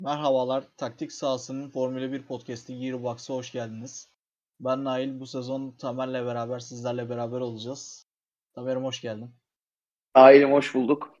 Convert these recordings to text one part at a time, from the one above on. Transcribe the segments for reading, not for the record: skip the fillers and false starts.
Merhabalar, Taktik Sahası'nın Formula 1 podcast'i Gearbox'a hoş geldiniz. Ben Nail, bu sezon Tamer'le beraber sizlerle beraber olacağız. Tamer'im hoş geldin. Ailem hoş bulduk.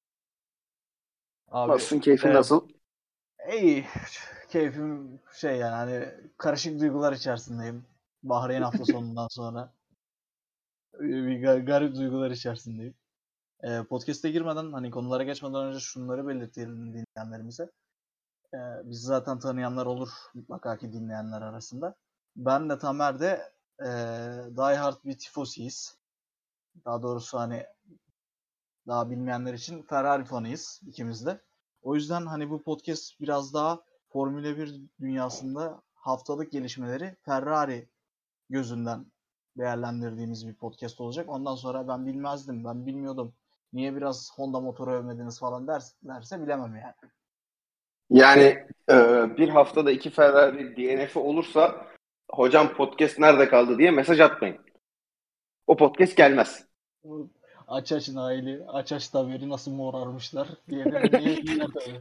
Abi, Nasılsın? Keyfin e, nasıl? iyi, keyfim yani hani karışık duygular içerisindeyim. Bahreyn hafta sonundan sonra bir garip duygular içerisindeyim. Podcast'e girmeden, hani konulara geçmeden önce şunları belirtelim dinleyenlerimize. Bizi zaten tanıyanlar olur mutlaka ki dinleyenler arasında. Ben de Tamer de Die Hard bir tifosiyiz. Daha doğrusu hani daha bilmeyenler için Ferrari fanıyız ikimiz de. O yüzden hani bu podcast biraz daha Formula 1 dünyasında haftalık gelişmeleri Ferrari gözünden değerlendirdiğimiz bir podcast olacak. Ondan sonra ben bilmezdim, ben bilmiyordum. Niye biraz Honda motoru övmediniz falan derse bilemem yani. Yani bir haftada iki Ferrari DNF'i olursa hocam podcast nerede kaldı diye mesaj atmayın. O podcast gelmez. Aç Nail'i, aç Tamer'i nasıl morarmışlar diyebilirler tabii.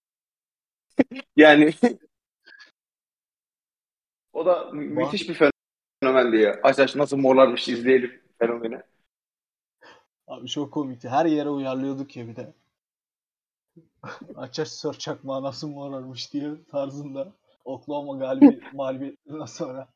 Yani o da Bah müthiş bir fenomen diye. Aç nasıl morlarmış izleyelim fenomeni. Abi çok komikti. Her yere uyarlıyorduk ya bir de. Aç sor çakmağı nasıl morarmış diye tarzında. Oklahoma mağlubiyetinden sonra.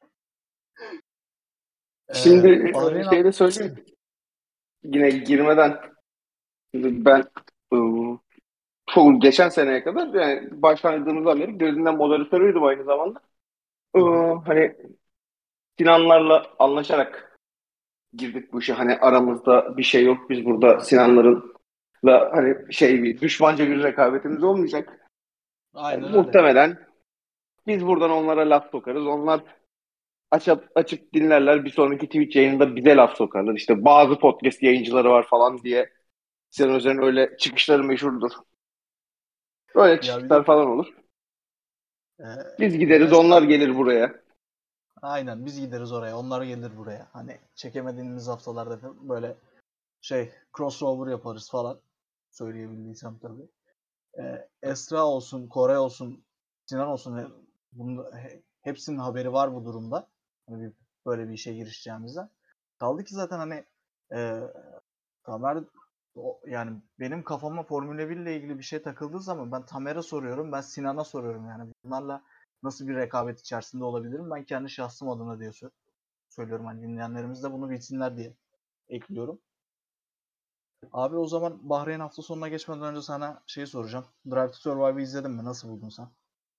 Şimdi Bahreyn şeyde söyleyeyim. Yine girmeden şimdi ben e, çok geçen seneye kadar yani başlandığımızdan beri gözünden moderatörüydüm aynı zamanda. E, Hı hı. Hani Sinanlarla anlaşarak girdik bu işe. Hani aramızda bir şey yok. Biz burada Sinanların da hani bir düşmanca bir rekabetimiz olmayacak. Yani Aynen öyle. muhtemelen biz buradan onlara laf sokarız. Onlar açıp dinlerler. Bir sonraki Twitch yayınında bize laf sokarlar. İşte bazı podcast yayıncıları var falan diye. Sinan Özer'in öyle çıkışları meşhurdur. Öyle Ya bir de çıkışlar falan olur. Biz gideriz, onlar Esra, gelir buraya. aynen biz gideriz oraya. Onlar gelir buraya. Hani çekemediğimiz haftalarda böyle crossover yaparız falan. Söyleyebildiysem tabii. Esra olsun, Kore olsun, Sinan olsun hepsinin haberi var bu durumda. Hani böyle bir işe girişeceğimize. Kaldı ki zaten hani e, Tamer yani benim kafama Formula 1 ile ilgili bir şey takıldığı zaman ben Tamer'e soruyorum, ben Sinan'a soruyorum yani. Bunlarla nasıl bir rekabet içerisinde olabilirim? Ben kendi şahsım adına diye söylüyorum. Hani dinleyenlerimiz de bunu bilsinler diye ekliyorum. Abi o zaman Bahreyn hafta sonuna geçmeden önce sana soracağım. Drive to Survive'ı izledin mi? Nasıl buldun sen?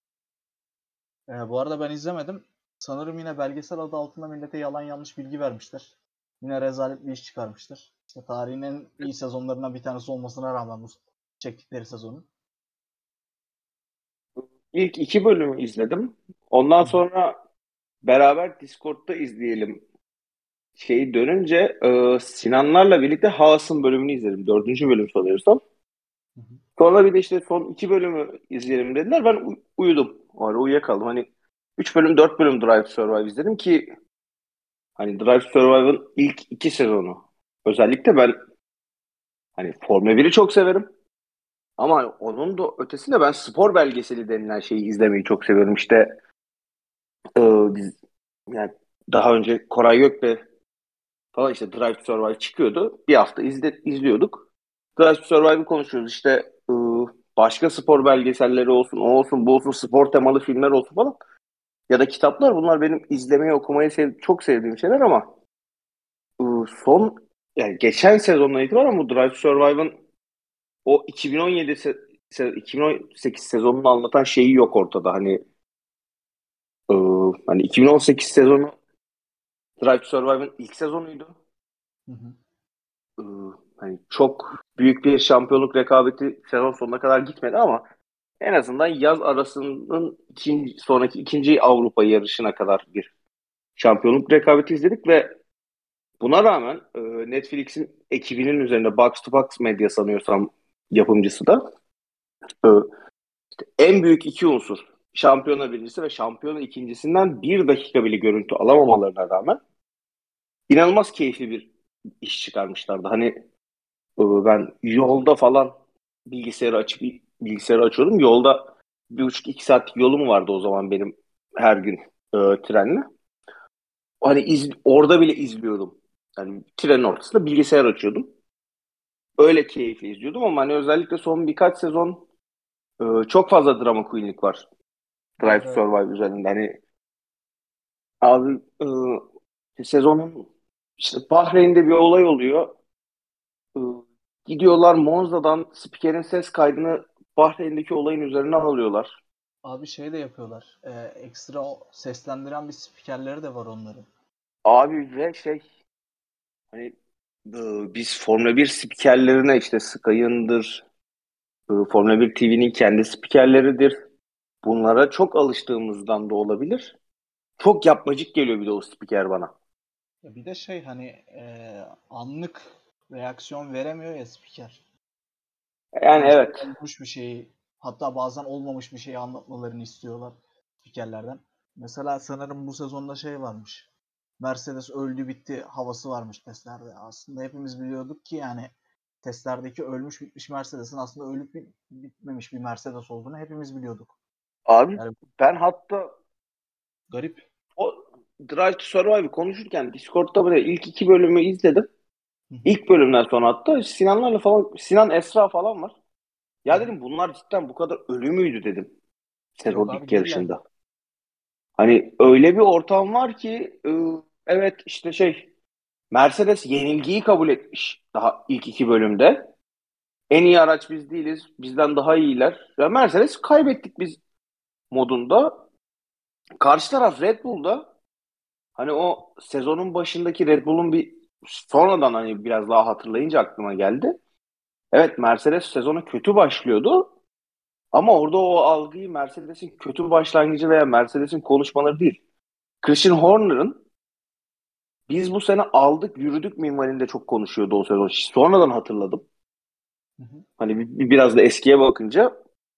Bu arada ben izlemedim. Sanırım yine belgesel adı altında millete yalan yanlış bilgi vermişler. Yine rezalet bir iş çıkarmışlar. İşte tarihin en iyi sezonlarından bir tanesi olmasına rağmen bu çektikleri sezonun. İlk iki bölümü izledim. Ondan Hı hı. sonra beraber Discord'da izleyelim dönünce Sinanlarla birlikte Haas'ın bölümünü izledim. Dördüncü bölüm sanıyorsam. Hı hı. Sonra bir de işte son iki bölümü izleyelim dediler. Ben uyudum. O ara uyuyakaldım. Hani 3 bölüm 4 bölüm Drive to Survive izledim ki hani Drive to Survive'ın ilk iki sezonu. Özellikle ben hani Formula 1'i çok severim. Ama hani onun da ötesinde ben spor belgeseli denilen şeyi izlemeyi çok seviyorum. İşte biz yani daha önce Koray Gök'le falan işte Drive to Survive çıkıyordu. Bir hafta izliyorduk. Drive to Survive'ı konuşuyoruz. İşte başka spor belgeselleri olsun, o olsun, bu olsun, spor temalı filmler olsun falan. Ya da kitaplar. Bunlar benim izlemeyi, okumayı çok sevdiğim şeyler ama son yani geçen sezondan itibaren bu Drive to Survive'ın o 2018 sezonunu anlatan şeyi yok ortada. E, hani 2018 sezonu Drive to Survive'ın ilk sezonuydu. Hı hı. Ee, Hani çok büyük bir şampiyonluk rekabeti sezon sonuna kadar gitmedi ama en azından yaz arasının sonraki ikinci Avrupa yarışına kadar bir şampiyonluk rekabeti izledik ve buna rağmen Netflix'in ekibinin üzerinde Box to Box Medya sanıyorsam yapımcısı da e, en büyük iki unsur şampiyona birincisi ve şampiyona ikincisinden bir dakika bile görüntü alamamalarına rağmen inanılmaz keyifli bir iş çıkarmışlardı. Ben yolda falan bilgisayarı açıyordum. Yolda 1,5-2 saatlik yolum vardı o zaman benim her gün trenle. Hani orada bile izliyordum. Yani trenin ortasında bilgisayar açıyordum. Öyle keyifli izliyordum ama hani özellikle son birkaç sezon çok fazla drama queen'lik var Drive Evet, to evet. Survive üzerinde. Hani abi sezonun işte Bahreyn'de bir olay oluyor. E, Gidiyorlar Monza'dan spikerin ses kaydını Bahreyn'deki olayın üzerine alıyorlar. Abi şey de yapıyorlar. Ekstra seslendiren bir spikerleri de var onların. Abi ve hani biz Formula 1 spikerlerine işte Sky'ındır, Formula 1 TV'nin kendi spikerleridir. Bunlara çok alıştığımızdan da olabilir. Çok yapmacık geliyor bir de o spiker bana. Ya bir de şey hani anlık reaksiyon veremiyor ya spiker. Yani Karşı evet. olmuş bir şeyi, hatta bazen olmamış bir şeyi anlatmalarını istiyorlar spikerlerden. Mesela sanırım bu sezonda şey varmış. Mercedes öldü bitti havası varmış testlerde. Aslında hepimiz biliyorduk ki yani testlerdeki ölmüş bitmiş Mercedes'in aslında ölüp bitmemiş bir Mercedes olduğunu hepimiz biliyorduk. Abi Yani ben hatta garip. o Drive to Survive konuşurken Discord'da böyle ilk 2 bölümü izledim. Hı hı. İlk bölümden sonra hatta Sinanlarla falan, Sinan Esra falan var. Hı Ya hı. dedim bunlar cidden bu kadar ölü müydü dedim Yok sezonun abi ilk değillerdi. yarışında. Hani öyle bir ortam var ki evet işte Mercedes yenilgiyi kabul etmiş daha ilk 2 bölümde. En iyi araç biz değiliz. Bizden daha iyiler. Ve Mercedes kaybettik biz modunda. Karşı taraf Red Bull'da hani o sezonun başındaki Red Bull'un bir sonradan hani biraz daha hatırlayınca aklıma geldi. Evet Mercedes sezona kötü başlıyordu. Ama orada o algıyı Mercedes'in kötü başlangıcı veya Mercedes'in konuşmaları değil. Christian Horner'ın biz bu sene aldık yürüdük minvalinde çok konuşuyordu o sezon. Sonradan hatırladım. Hı hı. Hani biraz da eskiye bakınca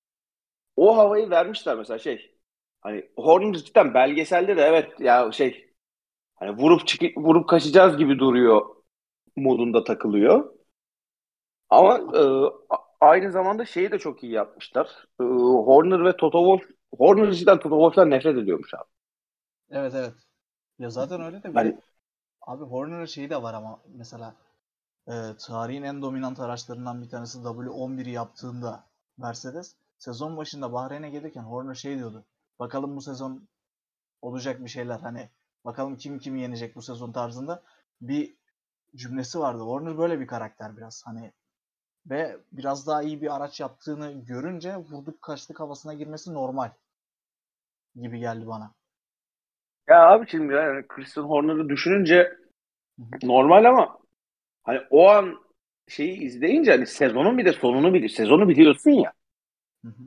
o havayı vermişler mesela hani Horner cidden belgeselde de evet ya hani vurup kaçacağız gibi duruyor modunda takılıyor. Ama aynı zamanda şeyi de çok iyi yapmışlar. Horner ve Toto Wolff Horner cidden Toto Wolff'tan nefret ediyormuş abi. Evet, evet. Ya zaten öyle de bir Hani de abi Horner'ın şeyi de var ama mesela tarihin en dominant araçlarından bir tanesi W11'i yaptığında Mercedes sezon başında Bahreyn'e gelirken Horner şey diyordu. Bakalım bu sezon olacak bir şeyler hani bakalım kim kimi yenecek bu sezon tarzında bir cümlesi vardı. Horner böyle bir karakter biraz hani ve biraz daha iyi bir araç yaptığını görünce vurduk kaçtık havasına girmesi normal gibi geldi bana. ya abi şimdi yani Christian Horner'ı düşününce Hı hı, normal ama hani o an izleyince hani sezonun bir de sezonu biliyorsun ya. hı hı,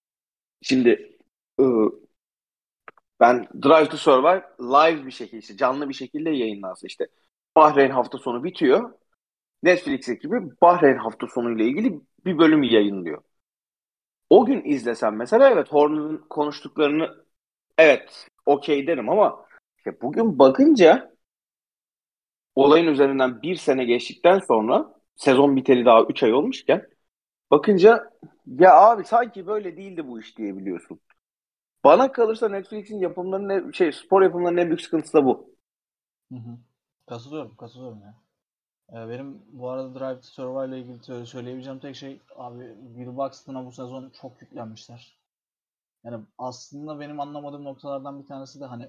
Şimdi e, ben Drive to Survive live bir şekilde işte canlı bir şekilde yayınlansa işte Bahreyn hafta sonu bitiyor. Netflix ekibi Bahreyn hafta sonu ile ilgili bir bölüm yayınlıyor. O gün izlesem mesela evet Horner'ın konuştuklarını evet okey derim ama işte bugün bakınca olayın üzerinden 1 sene geçtikten sonra sezon biteli daha 3 ay olmuşken bakınca ya abi sanki böyle değildi bu iş diyebiliyorsun. Bana kalırsa Netflix'in yapımlarının spor yapımlarının en büyük sıkıntısı da bu. hı hı. Katılıyorum ya. Benim bu arada Drive to Survive ile ilgili söyleyebileceğim tek şey abi Will Buxton'a bu sezon çok yüklenmişler. Yani aslında benim anlamadığım noktalardan bir tanesi de hani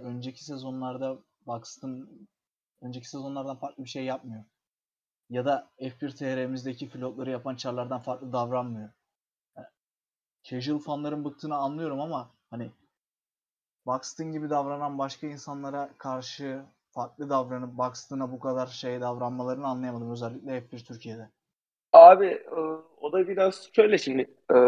Buxton önceki sezonlardan farklı bir şey yapmıyor. Ya da F1 TR'mizdeki pilotları yapan çarlardan farklı davranmıyor. Yani casual fanların bıktığını anlıyorum ama hani Buxton gibi davranan başka insanlara karşı farklı davranıp Buxton'a bu kadar şey davranmalarını anlayamadım. Özellikle F1 Türkiye'de. Abi o da biraz şöyle şimdi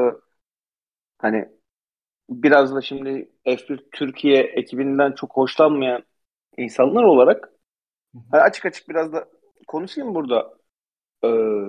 hani biraz da şimdi F1 Türkiye ekibinden çok hoşlanmayan insanlar olarak Hı hı. hani açık açık biraz da konuşayım burada. E,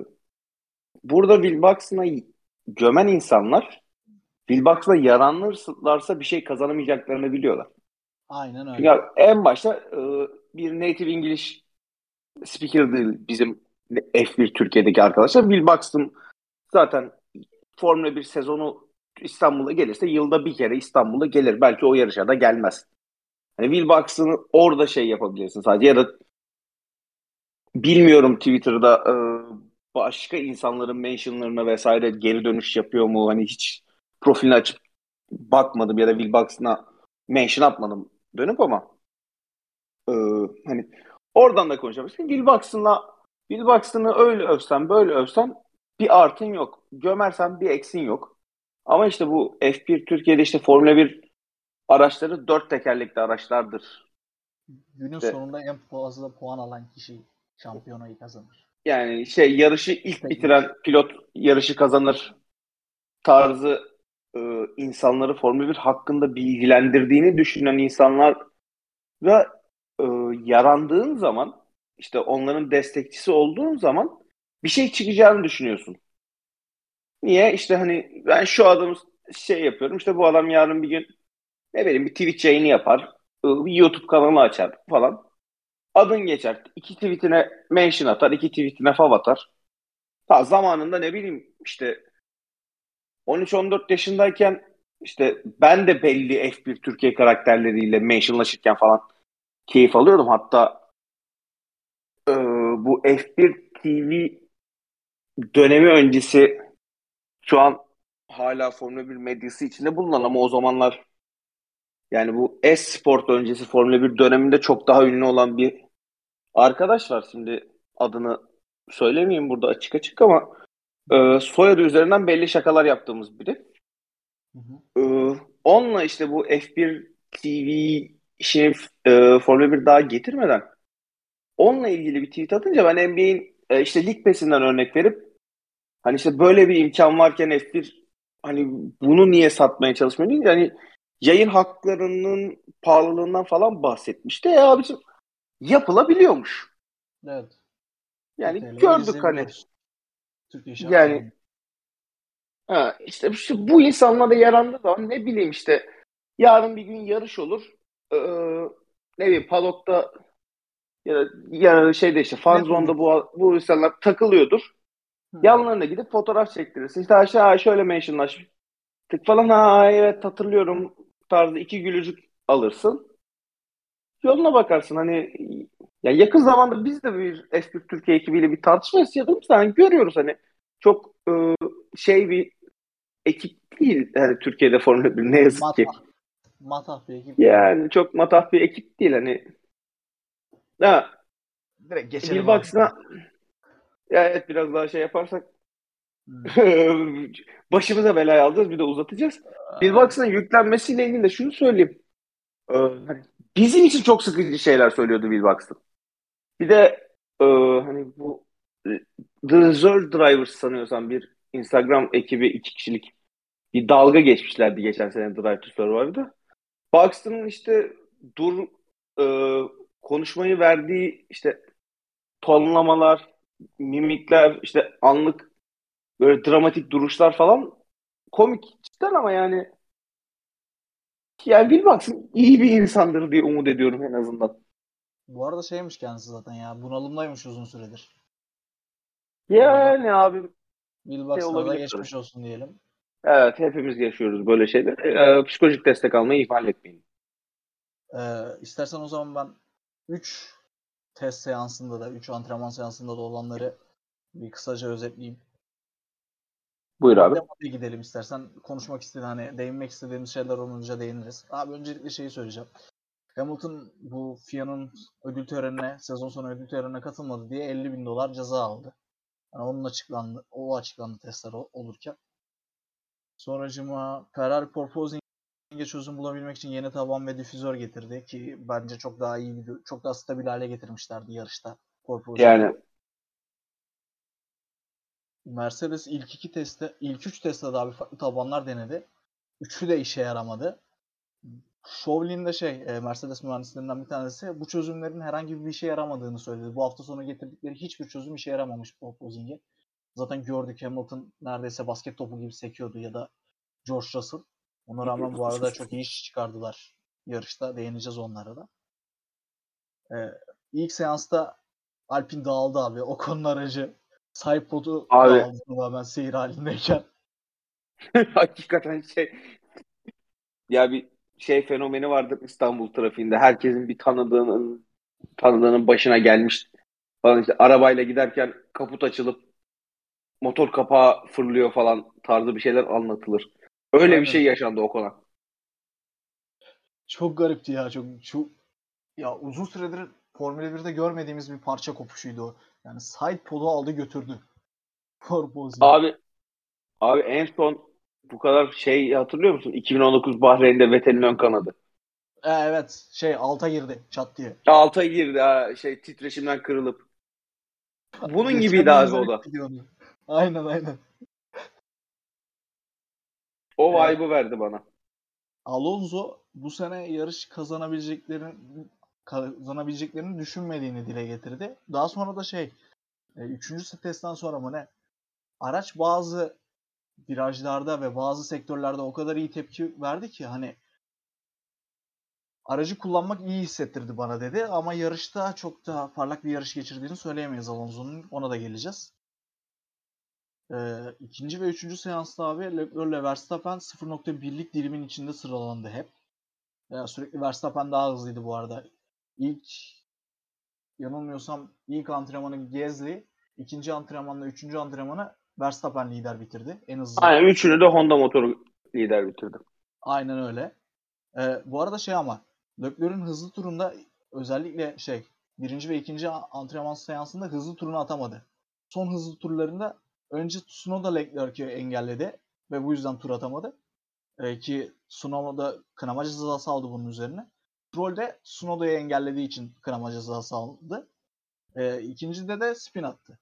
Burada Will Buxton'a gömen insanlar Will Buxton'a yaranırlarsa bir şey kazanamayacaklarını biliyorlar. Aynen Çünkü öyle. abi en başta bir native English speaker değil bizim F1 Türkiye'deki arkadaşlar. Will Buxton zaten Formula 1 sezonu İstanbul'a gelirse yılda bir kere İstanbul'a gelir. Belki o yarışa da gelmez. Hani Will Buxton'ı orada şey yapabilirsin sadece, ya da bilmiyorum Twitter'da başka insanların mentionlarına vesaire geri dönüş yapıyor mu? Hani hiç profilini açıp bakmadım ya da Will Buxton'a mention atmadım dönüp, ama e, hani oradan da konuşabilirsin. Will Buxton'ı öyle övsen böyle övsen bir artın yok. Gömersen bir eksin yok. Ama işte bu F1 Türkiye'de işte Formula 1 araçları dört tekerlekli araçlardır. Günün İşte sonunda en fazla puan alan kişi şampiyonayı kazanır. yani şey, yarışı ilk Teknik. bitiren pilot yarışı kazanır tarzı insanları Formula 1 hakkında bilgilendirdiğini düşünen insanlara e, yarandığın zaman, işte onların destekçisi olduğun zaman bir şey çıkacağını düşünüyorsun. Niye? İşte hani ben şu adamı şey yapıyorum, işte bu adam yarın bir gün ne bileyim bir Twitch yayını yapar, bir YouTube kanalı açar falan. Adın geçer. İki tweetine mention atar, iki tweetine fav atar. Ta zamanında ne bileyim işte 13-14 yaşındayken işte ben de belli F1 Türkiye karakterleriyle mentionlaşırken falan keyif alıyordum. Hatta e, bu F1 TV dönemi öncesi, şu an hala Formula 1 medyası içinde bulunan ama o zamanlar yani bu S-Sport öncesi Formula 1 döneminde çok daha ünlü olan bir arkadaş var. Şimdi adını söylemeyeyim burada açık açık, ama soyadı üzerinden belli şakalar yaptığımız biri. Hı hı. E, Onunla işte bu F1 TV işini Formula 1 daha getirmeden onunla ilgili bir tweet atınca ben NBA'in işte Lig Pass'inden örnek verip, hani işte böyle bir imkan varken F1 hani bunu niye satmaya çalışmıyor deyince, hani yayın haklarının pahalılığından falan bahsetmişti. Abicim, yapılabiliyormuş. Evet. 40 Yani TL'ye gördük hani. izleyebiliyoruz. Türkiye Yani şampiyonu. işte bu insanlara yarandığı zaman ne bileyim işte yarın bir gün yarış olur. Ee, Ne bileyim paddock'ta ya da şeyde işte fan zone'da Network. bu insanlar takılıyordur. Hmm. Yanlarına gidip fotoğraf çektirirsin. İşte aşağı şöyle mentionlaş tık falan, ha evet hatırlıyorum tarzı iki gülücük alırsın. Yoluna bakarsın hani, ya yakın zamanda biz de bir F1 Türkiye ekibiyle bir tartışma yaşadığımız zaman görüyoruz hani çok şey bir ekip değil yani Türkiye'de Formula 1 ne yazık ki. Matah. Matah bir ekip değil. Yani çok matah bir ekip değil hani. Ha, Direkt geçelim Will abi. Buxton'a ya evet biraz daha şey yaparsak Hmm. başımıza belaya alacağız, bir de uzatacağız. Will Buxton'ın yüklenmesiyle ilgili de şunu söyleyeyim. Hani bizim için çok sıkıcı şeyler söylüyordu Will Buxton. Bir de hani bu e, The Reserve Drivers sanıyorsam bir Instagram ekibi, iki kişilik bir dalga geçmişlerdi geçen sene Drive to Survive'da. Buxton'ın işte dur e, konuşmayı verdiği işte tonlamalar, mimikler, işte anlık böyle dramatik duruşlar falan komik cidden, ama yani Will Buxton iyi bir insandır diye umut ediyorum en azından. Bu arada şeymiş kendisi zaten ya. Bunalımdaymış uzun süredir. Buradan Yani abi Will şey Buxton'a da olabilir tabii. geçmiş olsun diyelim. Evet, hepimiz yaşıyoruz böyle şeyler. Psikolojik destek almayı ihmal etmeyin. İstersen o zaman ben 3 test seansında da 3 antrenman seansında da olanları bir kısaca özetleyeyim. Buyur abi. Maddeye gidelim istersen. Konuşmak istediğin hani değinmek istediğimiz şeyler olunca değiniriz. Abi öncelikle şeyi söyleyeceğim. Hamilton bu FIA'nın ödül törenine, sezon sonu ödül törenine katılmadı diye 50 bin dolar ceza aldı. Yani o açıklandı testler olurken. Sonracıma Ferrari porpoising'e çözüm bulabilmek için yeni taban ve difüzör getirdi ki bence çok daha iyi çok daha stabil hale getirmişlerdi yarışta porpoising'i. Yani Mercedes ilk 3 testte daha bir farklı tabanlar denedi. Üçü de işe yaramadı. Chauvelin'de Mercedes mühendislerinden bir tanesi bu çözümlerin herhangi bir işe yaramadığını söyledi. Bu hafta sonu getirdikleri hiçbir çözüm işe yaramamış porpoising'e. Zaten gördük Hamilton neredeyse basket topu gibi sekiyordu ya da George Russell. Ona rağmen bu arada çok iyi iş çıkardılar yarışta. Değineceğiz onlara da. Ee, ilk seansta Alpine dağıldı abi. Ocon'un aracı side pod'u abi dağıldı tamamen seyir halindeyken. Hakikaten ya bir fenomeni vardır İstanbul trafiğinde. Herkesin bir tanıdığının başına gelmiş falan, işte arabayla giderken kaput açılıp motor kapağı fırlıyor falan tarzı bir şeyler anlatılır. Öyle bir şey Aynen. yaşandı o konak. Çok garipti ya. Çok ya uzun süredir Formula 1'de görmediğimiz bir parça kopuşuydu o. Yani side pod'u aldı götürdü. Porpoising. Abi en son bu kadar hatırlıyor musun? 2019 Bahreyn'de Vettel'in ön kanadı. Evet, alta girdi çat diye. Alta girdi ha, titreşimden kırılıp. Bunun Geçen gibiydi de abi o da. izlemiştik onu. Aynen aynen. O E, vibe'ı verdi bana. Alonso bu sene yarış kazanabileceklerini düşünmediğini dile getirdi. Daha sonra da üçüncü testten sonra mı ne? Araç bazı virajlarda ve bazı sektörlerde o kadar iyi tepki verdi ki hani aracı kullanmak iyi hissettirdi bana dedi ama yarışta çok daha parlak bir yarış geçirdiğini söyleyemeyiz Alonso'nun. Ona da geleceğiz. İkinci ve üçüncü seansta abi Leclerc ile Verstappen 0.1'lik dilimin içinde sıralandı hep. Sürekli Verstappen daha hızlıydı bu arada. İlk yanılmıyorsam ilk antrenmanı Gasly, ikinci antrenmanla üçüncü antrenmanı Verstappen lider bitirdi. En hızlı Aynen, üçünü de pilot. Honda motoru lider bitirdi. Aynen öyle. Bu arada ama Leclerc'in hızlı turunda özellikle birinci ve ikinci antrenman seansında hızlı turunu atamadı. Son hızlı turlarında önce Tsunoda Leclerc'i engelledi ve bu yüzden tur atamadı. Ki Tsunoda kınama cezası aldı bunun üzerine. Stroll de Tsunoda'yı engellediği için kınama cezası aldı. İkincide de spin attı.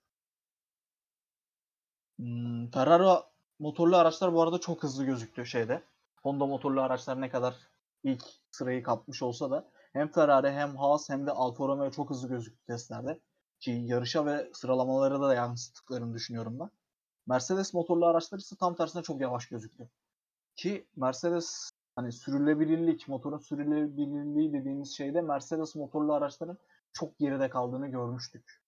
Ferrari motorlu araçlar bu arada çok hızlı gözüktü Honda motorlu araçlar ne kadar ilk sırayı kapmış olsa da hem Ferrari hem Haas hem de Alfa Romeo çok hızlı gözüktü testlerde. Ki yarışa ve sıralamalara da yansıttıklarını düşünüyorum ben. Mercedes motorlu araçlar ise tam tersine çok yavaş gözüktü. Ki Mercedes hani motorun sürülebilirliği dediğimiz şeyde Mercedes motorlu araçların çok geride kaldığını görmüştük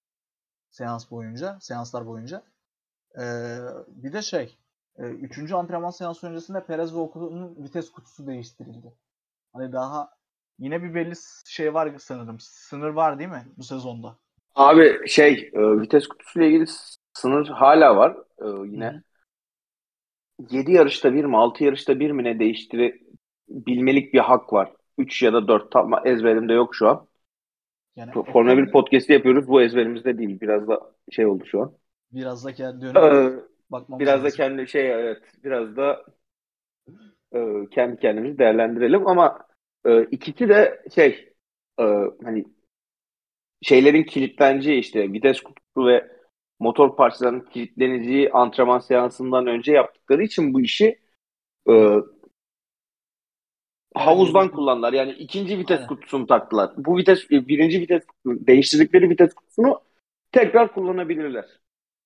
seanslar boyunca. Bir de üçüncü antrenman seansı öncesinde Perez ve Ocon'un vites kutusu değiştirildi. Hani daha yine bir belli var sanırım. Sınır var değil mi bu sezonda? Abi vites kutusuyla ilgili sınır hala var. Hı Yine hı. 7 yarışta bir mi 6 yarışta bir mi ne değiştirebilmelik bir hak var. 3 ya da 4 tam ezberimde yok şu an. Yani Formula bir Ocon podcast'i yapıyoruz. Bu ezberimizde değil. Biraz da oldu şu an. biraz da dönüp Ee, bakmamız Biraz da lazım. kendi evet, biraz da kendi kendimizi değerlendirelim ama ikisi de e, hani şeylerin kilitleneceği, işte vites kutusu ve motor parçalarının kilitleneceği antrenman seansından önce yaptıkları için bu işi Hı e, hı. Herhangi bir havuzdan kullandılar. Yani ikinci vites aynen. kutusunu taktılar. Birinci vites değiştirdikleri vites kutusunu tekrar kullanabilirler.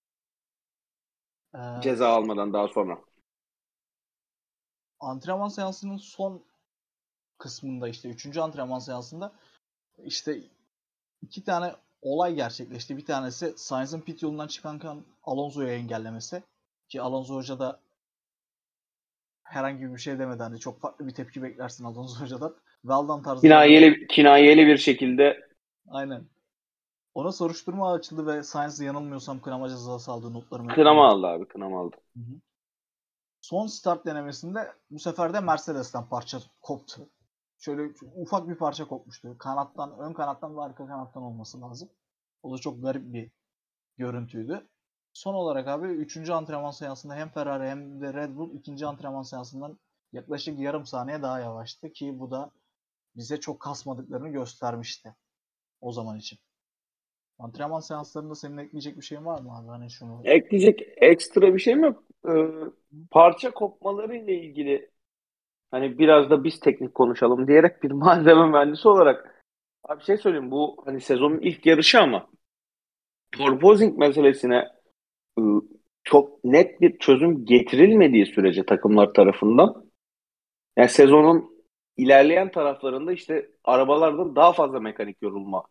Ee, Ceza almadan daha sonra. Antrenman seansının son kısmında üçüncü antrenman seansında işte iki tane olay gerçekleşti. Bir tanesi Sainz'ın pit yolundan çıkarken Alonso'yu engellemesi. Ki Alonso Hoca da herhangi bir şey demedi. Hani çok farklı bir tepki beklersin Alonso Hoca'dan. Valdan tarzında böyle Kinayeli bir şekilde. aynen. Ona soruşturma açıldı ve Sainz yanılmıyorsam kınama cezası aldığı notlarımı Kınama yanlış. aldı abi, kınama aldı. Hı hı. Son start denemesinde bu sefer de Mercedes'ten parça koptu. Şöyle ufak bir parça kopmuştu. Ön kanattan ve arka kanattan olması lazım. O da çok garip bir görüntüydü. Son olarak abi üçüncü antrenman seansında hem Ferrari hem de Red Bull ikinci antrenman seansından yaklaşık yarım saniye daha yavaştı ki bu da bize çok kasmadıklarını göstermişti o zaman için. Antrenman seanslarında senin ekleyecek bir şeyin var mı abi? Hani şunu. Ekleyecek ekstra bir şeyim yok. Parça kopmaları ile ilgili hani biraz da biz teknik konuşalım diyerek bir malzeme mühendisi olarak abi söyleyeyim, bu hani sezonun ilk yarışı ama porpoising meselesine ıı, çok net bir çözüm getirilmediği sürece takımlar tarafından, yani sezonun ilerleyen taraflarında işte arabalarda daha fazla mekanik yorulma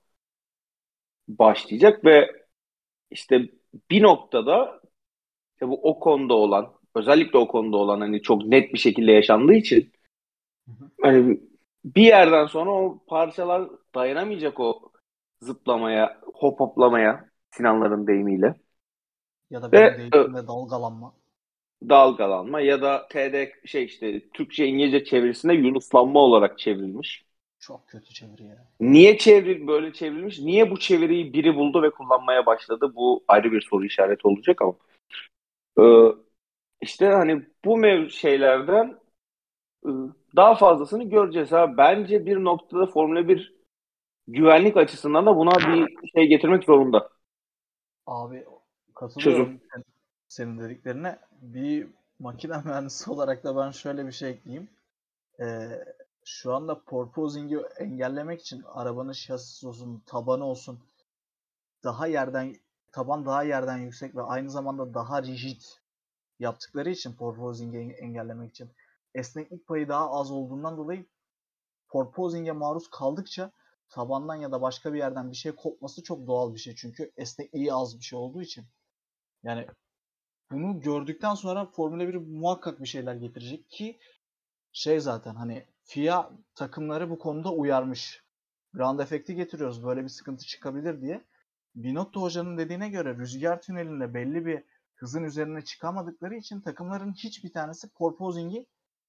başlayacak ve işte bir noktada işte bu Ocon'da olan, özellikle o konuda olan hani çok net bir şekilde yaşandığı için Hı hı. hani bir yerden sonra o parçalar dayanamayacak o zıplamaya, hop hoplamaya Sinanların deyimiyle. Ya da benim Ve deyimimle dalgalanma. dalgalanma ya da işte Türkçe İngilizce çevirisinde yunuslanma olarak çevrilmiş. Çok kötü çeviri ya. Niye böyle çevrilmiş? Niye bu çeviriyi biri buldu ve kullanmaya başladı? Bu ayrı bir soru işareti olacak ama. E, işte hani bu şeylerden e, daha fazlasını göreceğiz. Bence bir noktada Formula bir güvenlik açısından da buna bir şey getirmek zorunda. Abi Çözüm. katılıyorum senin dediklerine. Bir makine mühendisi olarak da ben şöyle bir şey ekleyeyim. Ee, Şu anda porpoising'i engellemek için arabanın şasisi olsun, tabanı olsun daha yerden taban daha yerden yüksek ve aynı zamanda daha rigid yaptıkları için porpoising'i engellemek için esneklik payı daha az olduğundan dolayı porpoising'e maruz kaldıkça tabandan ya da başka bir yerden bir şey kopması çok doğal bir şey. Çünkü esnekliği az bir şey olduğu için. Yani bunu gördükten sonra Formula 1 muhakkak bir şeyler getirecek ki zaten hani FIA takımları bu konuda uyarmış. Ground efekti getiriyoruz böyle bir sıkıntı çıkabilir diye. Binotto hocanın dediğine göre rüzgar tünelinde belli bir hızın üzerine çıkamadıkları için takımların hiçbir tanesi porpoising'i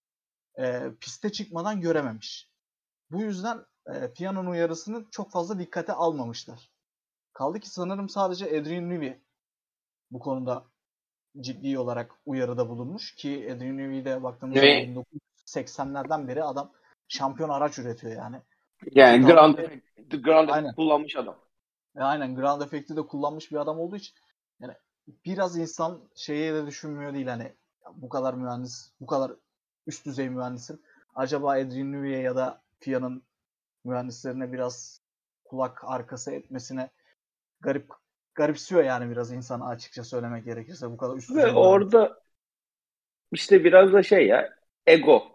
piste çıkmadan görememiş. Bu yüzden FIA'nın uyarısını çok fazla dikkate almamışlar. Kaldı ki sanırım sadece Adrian Newey bu konuda ciddi olarak uyarıda bulunmuş ki Adrian Newey'de baktığımız zaman Ve 1980'lerden beri adam şampiyon araç üretiyor yani. Ki yani daha önce ground aynen effect kullanmış adam. aynen ground effect'i de kullanmış bir adam olduğu için yani biraz insan de düşünmüyor değil hani bu kadar mühendis, bu kadar üst düzey mühendisin. Acaba Adrian Newey'e ya da FIA'nın mühendislerine biraz kulak arkası etmesine garipsiyor yani biraz insan açıkça söylemek gerekirse bu kadar üst Ve düzey mühendis. orada işte biraz da ego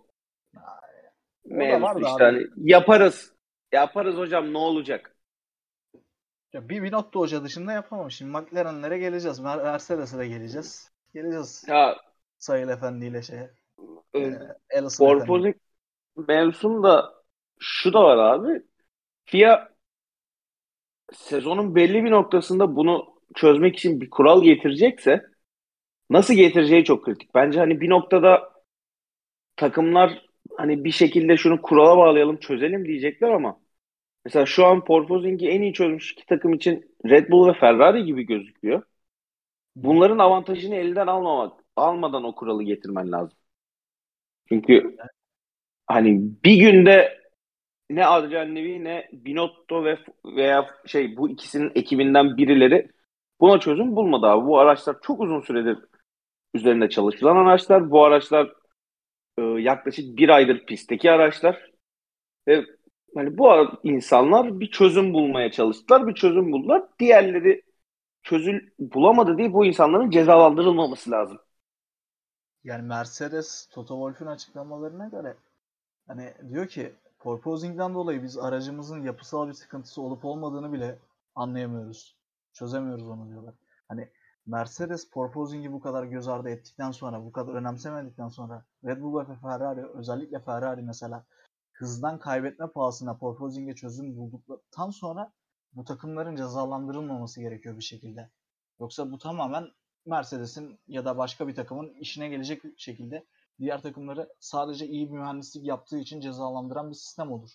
O da var mevzusu da işte abi. hani yaparız. Yaparız hocam ne olacak? Ya bir Binotto Hoca dışında yapamam. Şimdi McLaren'lere geleceğiz. Mercedes'e de geleceğiz. Geleceğiz. Ya Sayıl Efendi ile e, Allison Efendi. Porpoise mevzusunda şu da var abi. FIA sezonun belli bir noktasında bunu çözmek için bir kural getirecekse nasıl getireceği çok kritik. Bence hani bir noktada takımlar hani bir şekilde şunu kurala bağlayalım çözelim diyecekler ama mesela şu an Porpoising'i en iyi çözmüş iki takım için Red Bull ve Ferrari gibi gözüküyor. Hı hı. Bunların avantajını elden almadan o kuralı getirmen lazım. Çünkü hani bir günde ne Adrian Newey ne Binotto veya bu ikisinin ekibinden birileri buna çözüm bulmadı abi. Bu araçlar çok uzun süredir üzerinde çalışılan araçlar. Bu araçlar yaklaşık bir aydır pistteki araçlar. Ve hani insanlar bir çözüm bulmaya çalıştılar, bir çözüm buldular. Diğerleri bulamadı diye bu insanların cezalandırılmaması lazım. Yani Mercedes, Toto Wolff'un açıklamalarına göre hani diyor ki porpoising'den dolayı biz aracımızın yapısal bir sıkıntısı olup olmadığını bile anlayamıyoruz. Çözemiyoruz onu diyorlar. Hani Mercedes porpoising'i bu kadar göz ardı ettikten sonra, bu kadar önemsemedikten sonra Red Bull ve Ferrari, özellikle Ferrari mesela hızdan kaybetme pahasına porpoising'e çözüm bulduktan sonra bu takımların cezalandırılmaması gerekiyor bir şekilde. Yoksa bu tamamen Mercedes'in ya da başka bir takımın işine gelecek şekilde diğer takımları sadece iyi bir mühendislik yaptığı için cezalandıran bir sistem olur.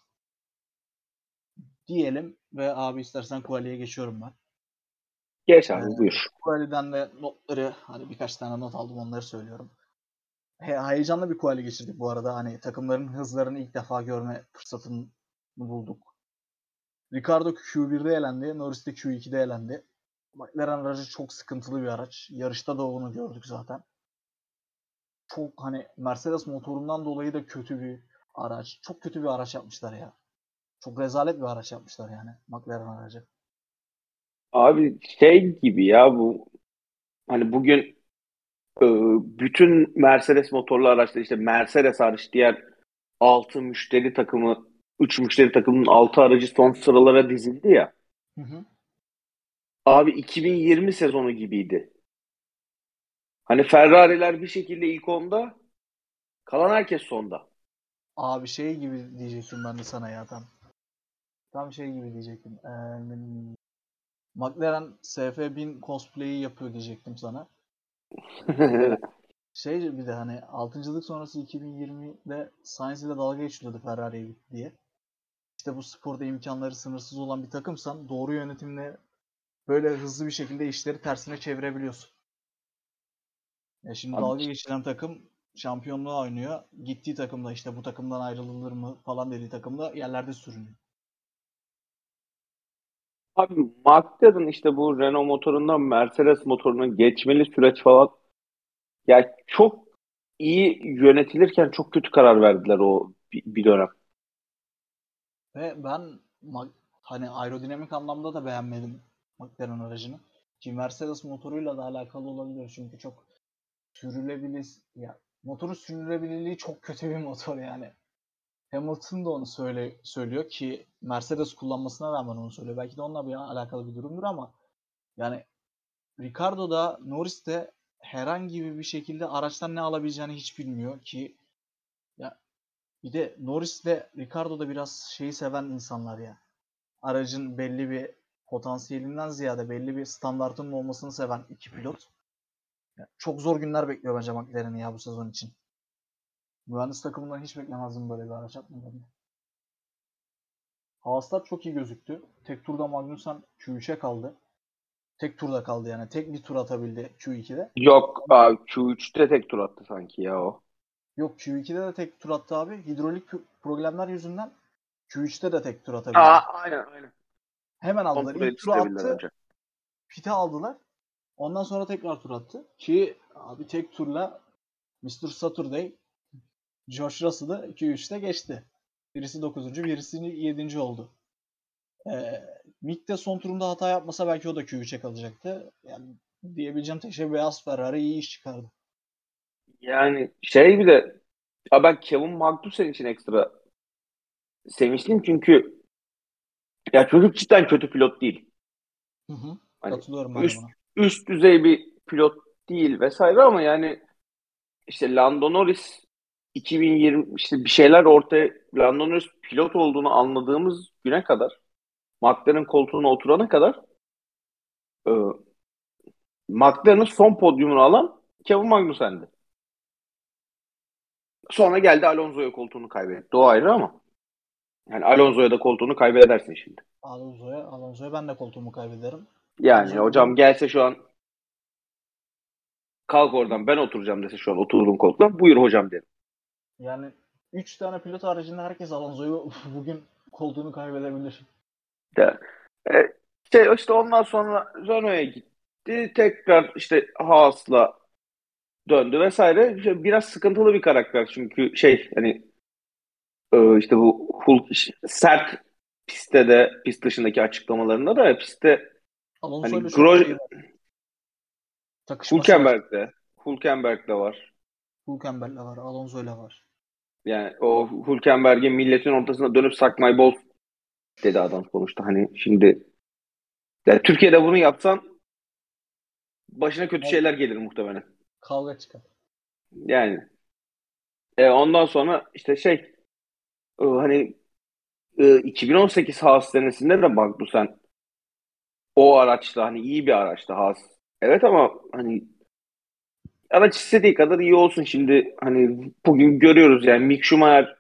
Diyelim ve abi istersen Quali'ye geçiyorum ben. Geç abi buyur. Quali'den de notları hani birkaç tane not aldım onları söylüyorum. Heyecanlı bir Quali geçirdik bu arada. Hani takımların hızlarını ilk defa görme fırsatını bulduk. Ricardo Q1'de elendi. Norris de Q2'de elendi. McLaren aracı çok sıkıntılı bir araç. Yarışta da onu gördük zaten. Çok hani Mercedes motorundan dolayı da kötü bir araç. Çok kötü bir araç yapmışlar ya. Çok rezalet bir araç yapmışlar yani McLaren aracı. Abi gibi ya bu hani bugün e, bütün Mercedes motorlu araçlar işte Mercedes hariç diğer 6 müşteri takımı 3 müşteri takımının 6 aracı son sıralara dizildi ya. Hı hı. Abi 2020 sezonu gibiydi. Hani Ferrari'ler bir şekilde ilk onda, kalan herkes sonda. Abi şey gibi diyecektim ben de sana ya tam. Tam şey gibi diyecektim. McLaren SF1000 cosplay'i yapıyor diyecektim sana. Ya şey bir de hani 6.lık sonrası 2020'de Sainz ile dalga geçiliyordu Ferrari'ye gitti diye. İşte bu sporda imkanları sınırsız olan bir takımsan doğru yönetimle böyle hızlı bir şekilde işleri tersine çevirebiliyorsun. Ya şimdi Abi, dalga geçilen takım şampiyonluğa oynuyor. Gittiği takımda işte bu takımdan ayrılır mı falan dediği takımda yerlerde sürünüyor. abi McLaren işte bu Renault motorundan Mercedes motoruna geçmeli süreç falan. Ya çok iyi yönetilirken çok kötü karar verdiler o bir dönem. Ve ben hani aerodinamik anlamda da beğenmedim McLaren aracını. Ki Mercedes motoruyla da alakalı olabilir çünkü çok sürülebilir ya motorun sürülebilirliği çok kötü bir motor yani. Hamilton da onu söylüyor ki Mercedes kullanmasına rağmen onu söylüyor. Belki de onunla bir alakalı bir durumdur ama yani Ricardo da Norris de herhangi bir şekilde araçtan ne alabileceğini hiç bilmiyor ki ya bir de Norris ve Ricardo da biraz şeyi seven insanlar ya. Aracın belli bir potansiyelinden ziyade belli bir standartının olmasını seven iki pilot. Ya çok zor günler bekliyor bence McLaren'i ya bu sezon için. Mühendis takımından hiç beklemezdim böyle bir araç yapmalarını. Haaslar çok iyi gözüktü. Tek turda Magnussen Q3'e kaldı. Tek turda kaldı yani. Tek bir tur atabildi Q2'de. Yok abi, Q3'te tek tur attı sanki ya o. Yok Q2'de de tek tur attı abi. Hidrolik problemler yüzünden Q3'te de tek tur Aa, atabildi. aynen aynen. Hemen aldılar. Kontrol İlk turu yetiştirebilirler attı. önce. Pite aldılar. Ondan sonra tekrar tur attı. Ki abi tek turla Mr. Saturday George Russell'ı Q3'te geçti. Birisi 9'uncu, birisi 7. oldu. Mick de son turunda hata yapmasa belki o da Q3'e kalacaktı. Yani diyebileceğim tek şey beyaz Ferrari iyi iş çıkardı. Yani şey bir de, ya ben Kevin Magnussen için ekstra sevinçliyim çünkü ya çocuk cidden kötü pilot değil. Hı hı. Hani Katılıyorum ben de üst buna. üst düzey bir pilot değil vesaire ama yani işte Lando Norris 2020 işte bir şeyler ortaya, Lando Norris pilot olduğunu anladığımız güne kadar, McLaren koltuğuna oturana kadar e, McLaren'ın son podyumunu alan Kevin Magnussen'di. Sonra geldi Alonso'ya koltuğunu kaybetti. O ayrı ama yani Alonso'ya da koltuğunu kaybedersin şimdi. Alonso'ya ben de koltuğumu kaybederim. Yani Alonso hocam bugün gelse şu an, kalk oradan ben oturacağım dese şu an oturduğum koltuğa, buyur hocam derim. yani 3 tane pilot haricinde herkes Alonso'yu bugün koltuğunu kaybedebilir. De, e, şey işte ondan sonra Renault'a gitti. Tekrar işte Haas'la döndü vesaire. İşte biraz sıkıntılı bir karakter çünkü şey hani işte bu Hulk sert pistte de, pist dışındaki açıklamalarında da pistte hani Alonso'yla çok şey var. Takışması var. Hülkenberg'de var. Hülkenberg'le var. Alonso'yla var. Yani o Hülkenberg'e milletin ortasına dönüp suck my balls dedi adam sonuçta. Hani şimdi yani Türkiye'de bunu yapsan başına kötü Kav- şeyler gelir muhtemelen. Kavga çıkar. Yani ondan sonra işte şey hani 2018 Haas senesinde de bak bu sen, o araçta hani iyi bir araçtı Haas. Evet ama hani araç istediği kadar iyi olsun. Şimdi hani bugün görüyoruz yani Mick Schumacher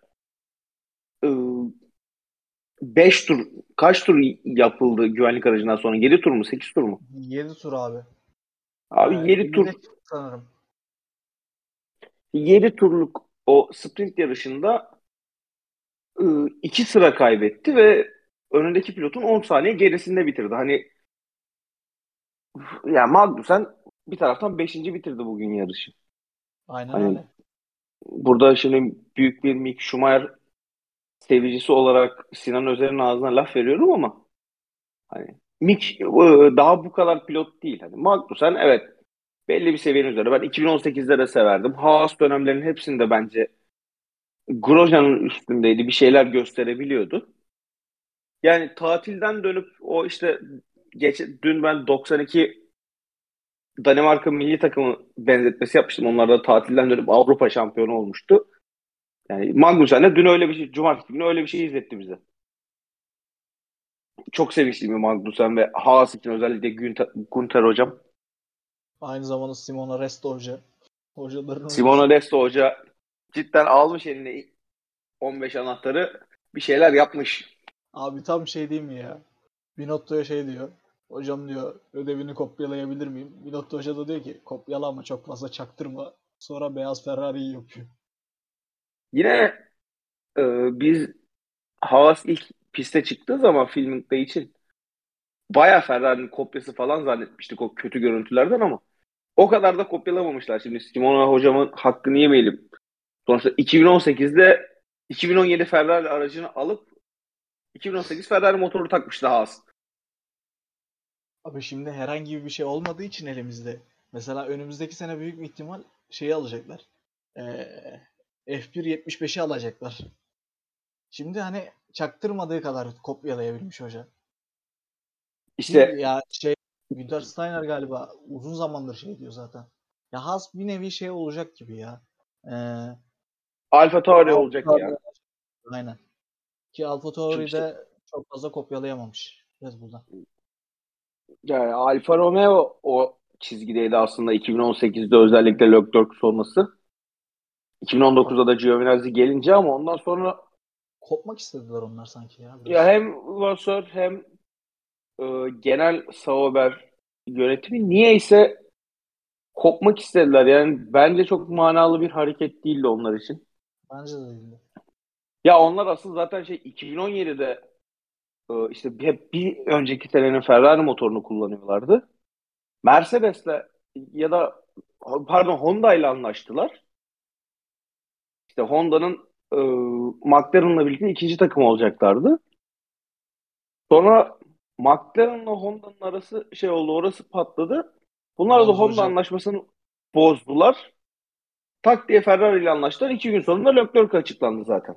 5 tur, kaç tur yapıldı güvenlik aracından sonra? 7 tur mu 8 tur mu? 7 tur abi. Abi 7 tur, 7'de sanırım. 7 turluk o sprint yarışında 2 sıra kaybetti ve önündeki pilotun 10 saniye gerisinde bitirdi. Hani ya Magnussen bir taraftan beşinci bitirdi bugün yarışı. Aynen Hani öyle. burada şimdi büyük bir Mick Schumacher sevicisi olarak Sinan Özer'in ağzına laf veriyorum ama hani Mick daha bu kadar pilot değil. Hani Magnussen evet belli bir seviyenin üzerinde. Ben 2018'de de severdim. Haas dönemlerinin hepsinde bence Grosjean'ın üstündeydi. Bir şeyler gösterebiliyordu. Yani tatilden dönüp o işte dün ben 92 Danimarka milli takımı benzetmesi yapmıştım. Onlar da tatilden dönüp Avrupa şampiyonu olmuştu. Yani Magnussen de dün öyle bir şey, cumartesi günü öyle bir şey izletti bize. Çok sevinçliyim Magnussen ve Haas için özellikle Günter hocam. Aynı zamanda Simona Resta hoca. Hocaların Simona hocası. Desta hoca cidden almış eline 15 anahtarı, bir şeyler yapmış. Abi tam şey değil mi ya? Binotto'ya şey diyor. Hocam diyor ödevini kopyalayabilir miyim? Binotto hoca da diyor ki kopyala ama çok fazla çaktırma. Sonra beyaz Ferrari'yi yapıyor. Yine biz Haas ilk piste çıktığı zaman filming için bayağı Ferrari'nin kopyası falan zannetmiştik o kötü görüntülerden ama o kadar da kopyalamamışlar. Şimdi Simona hocamın hakkını yemeyelim. Sonuçta 2018'de 2017 Ferrari aracını alıp 2018 Ferrari motoru takmıştı Haas. Abi şimdi herhangi bir şey olmadığı için elimizde. Mesela önümüzdeki sene büyük bir ihtimal şeyi alacaklar. F1 75'i alacaklar. Şimdi hani çaktırmadığı kadar kopyalayabilmiş hoca. Ki İşte ya şey Günther Steiner galiba uzun zamandır şey diyor zaten. Ya Haas bir nevi şey olacak gibi ya. Ee, Alfa Tauri Alfa olacak Tauri ya. aynen. Ki Alfa Çünkü Tauri işte de çok fazla kopyalayamamış Red Bull'dan. yani Alfa Romeo o çizgideydi aslında 2018'de özellikle Leclerc sonrası. Kop- 2019'da da Giovinazzi gelince ama ondan sonra Kopmak istediler onlar sanki ya ya biraz. hem Vasseur hem genel Sauber yönetimi niyeyse kopmak istediler. Yani bence çok manalı bir hareket değildi onlar için. Bence de değildi. Ya onlar asıl zaten şey 2017'de işte hep bir önceki senenin Ferrari motorunu kullanıyorlardı. Mercedes'le ya da pardon Honda ile anlaştılar. İşte Honda'nın McLaren'la birlikte ikinci takım olacaklardı. Sonra McLaren'la Honda'nın arası şey oldu, orası patladı. Bunlar da Alonso Honda Hoca anlaşmasını bozdular. Tak diye Ferrari ile anlaştılar. 2 gün sonunda Leclerc açıklandı zaten.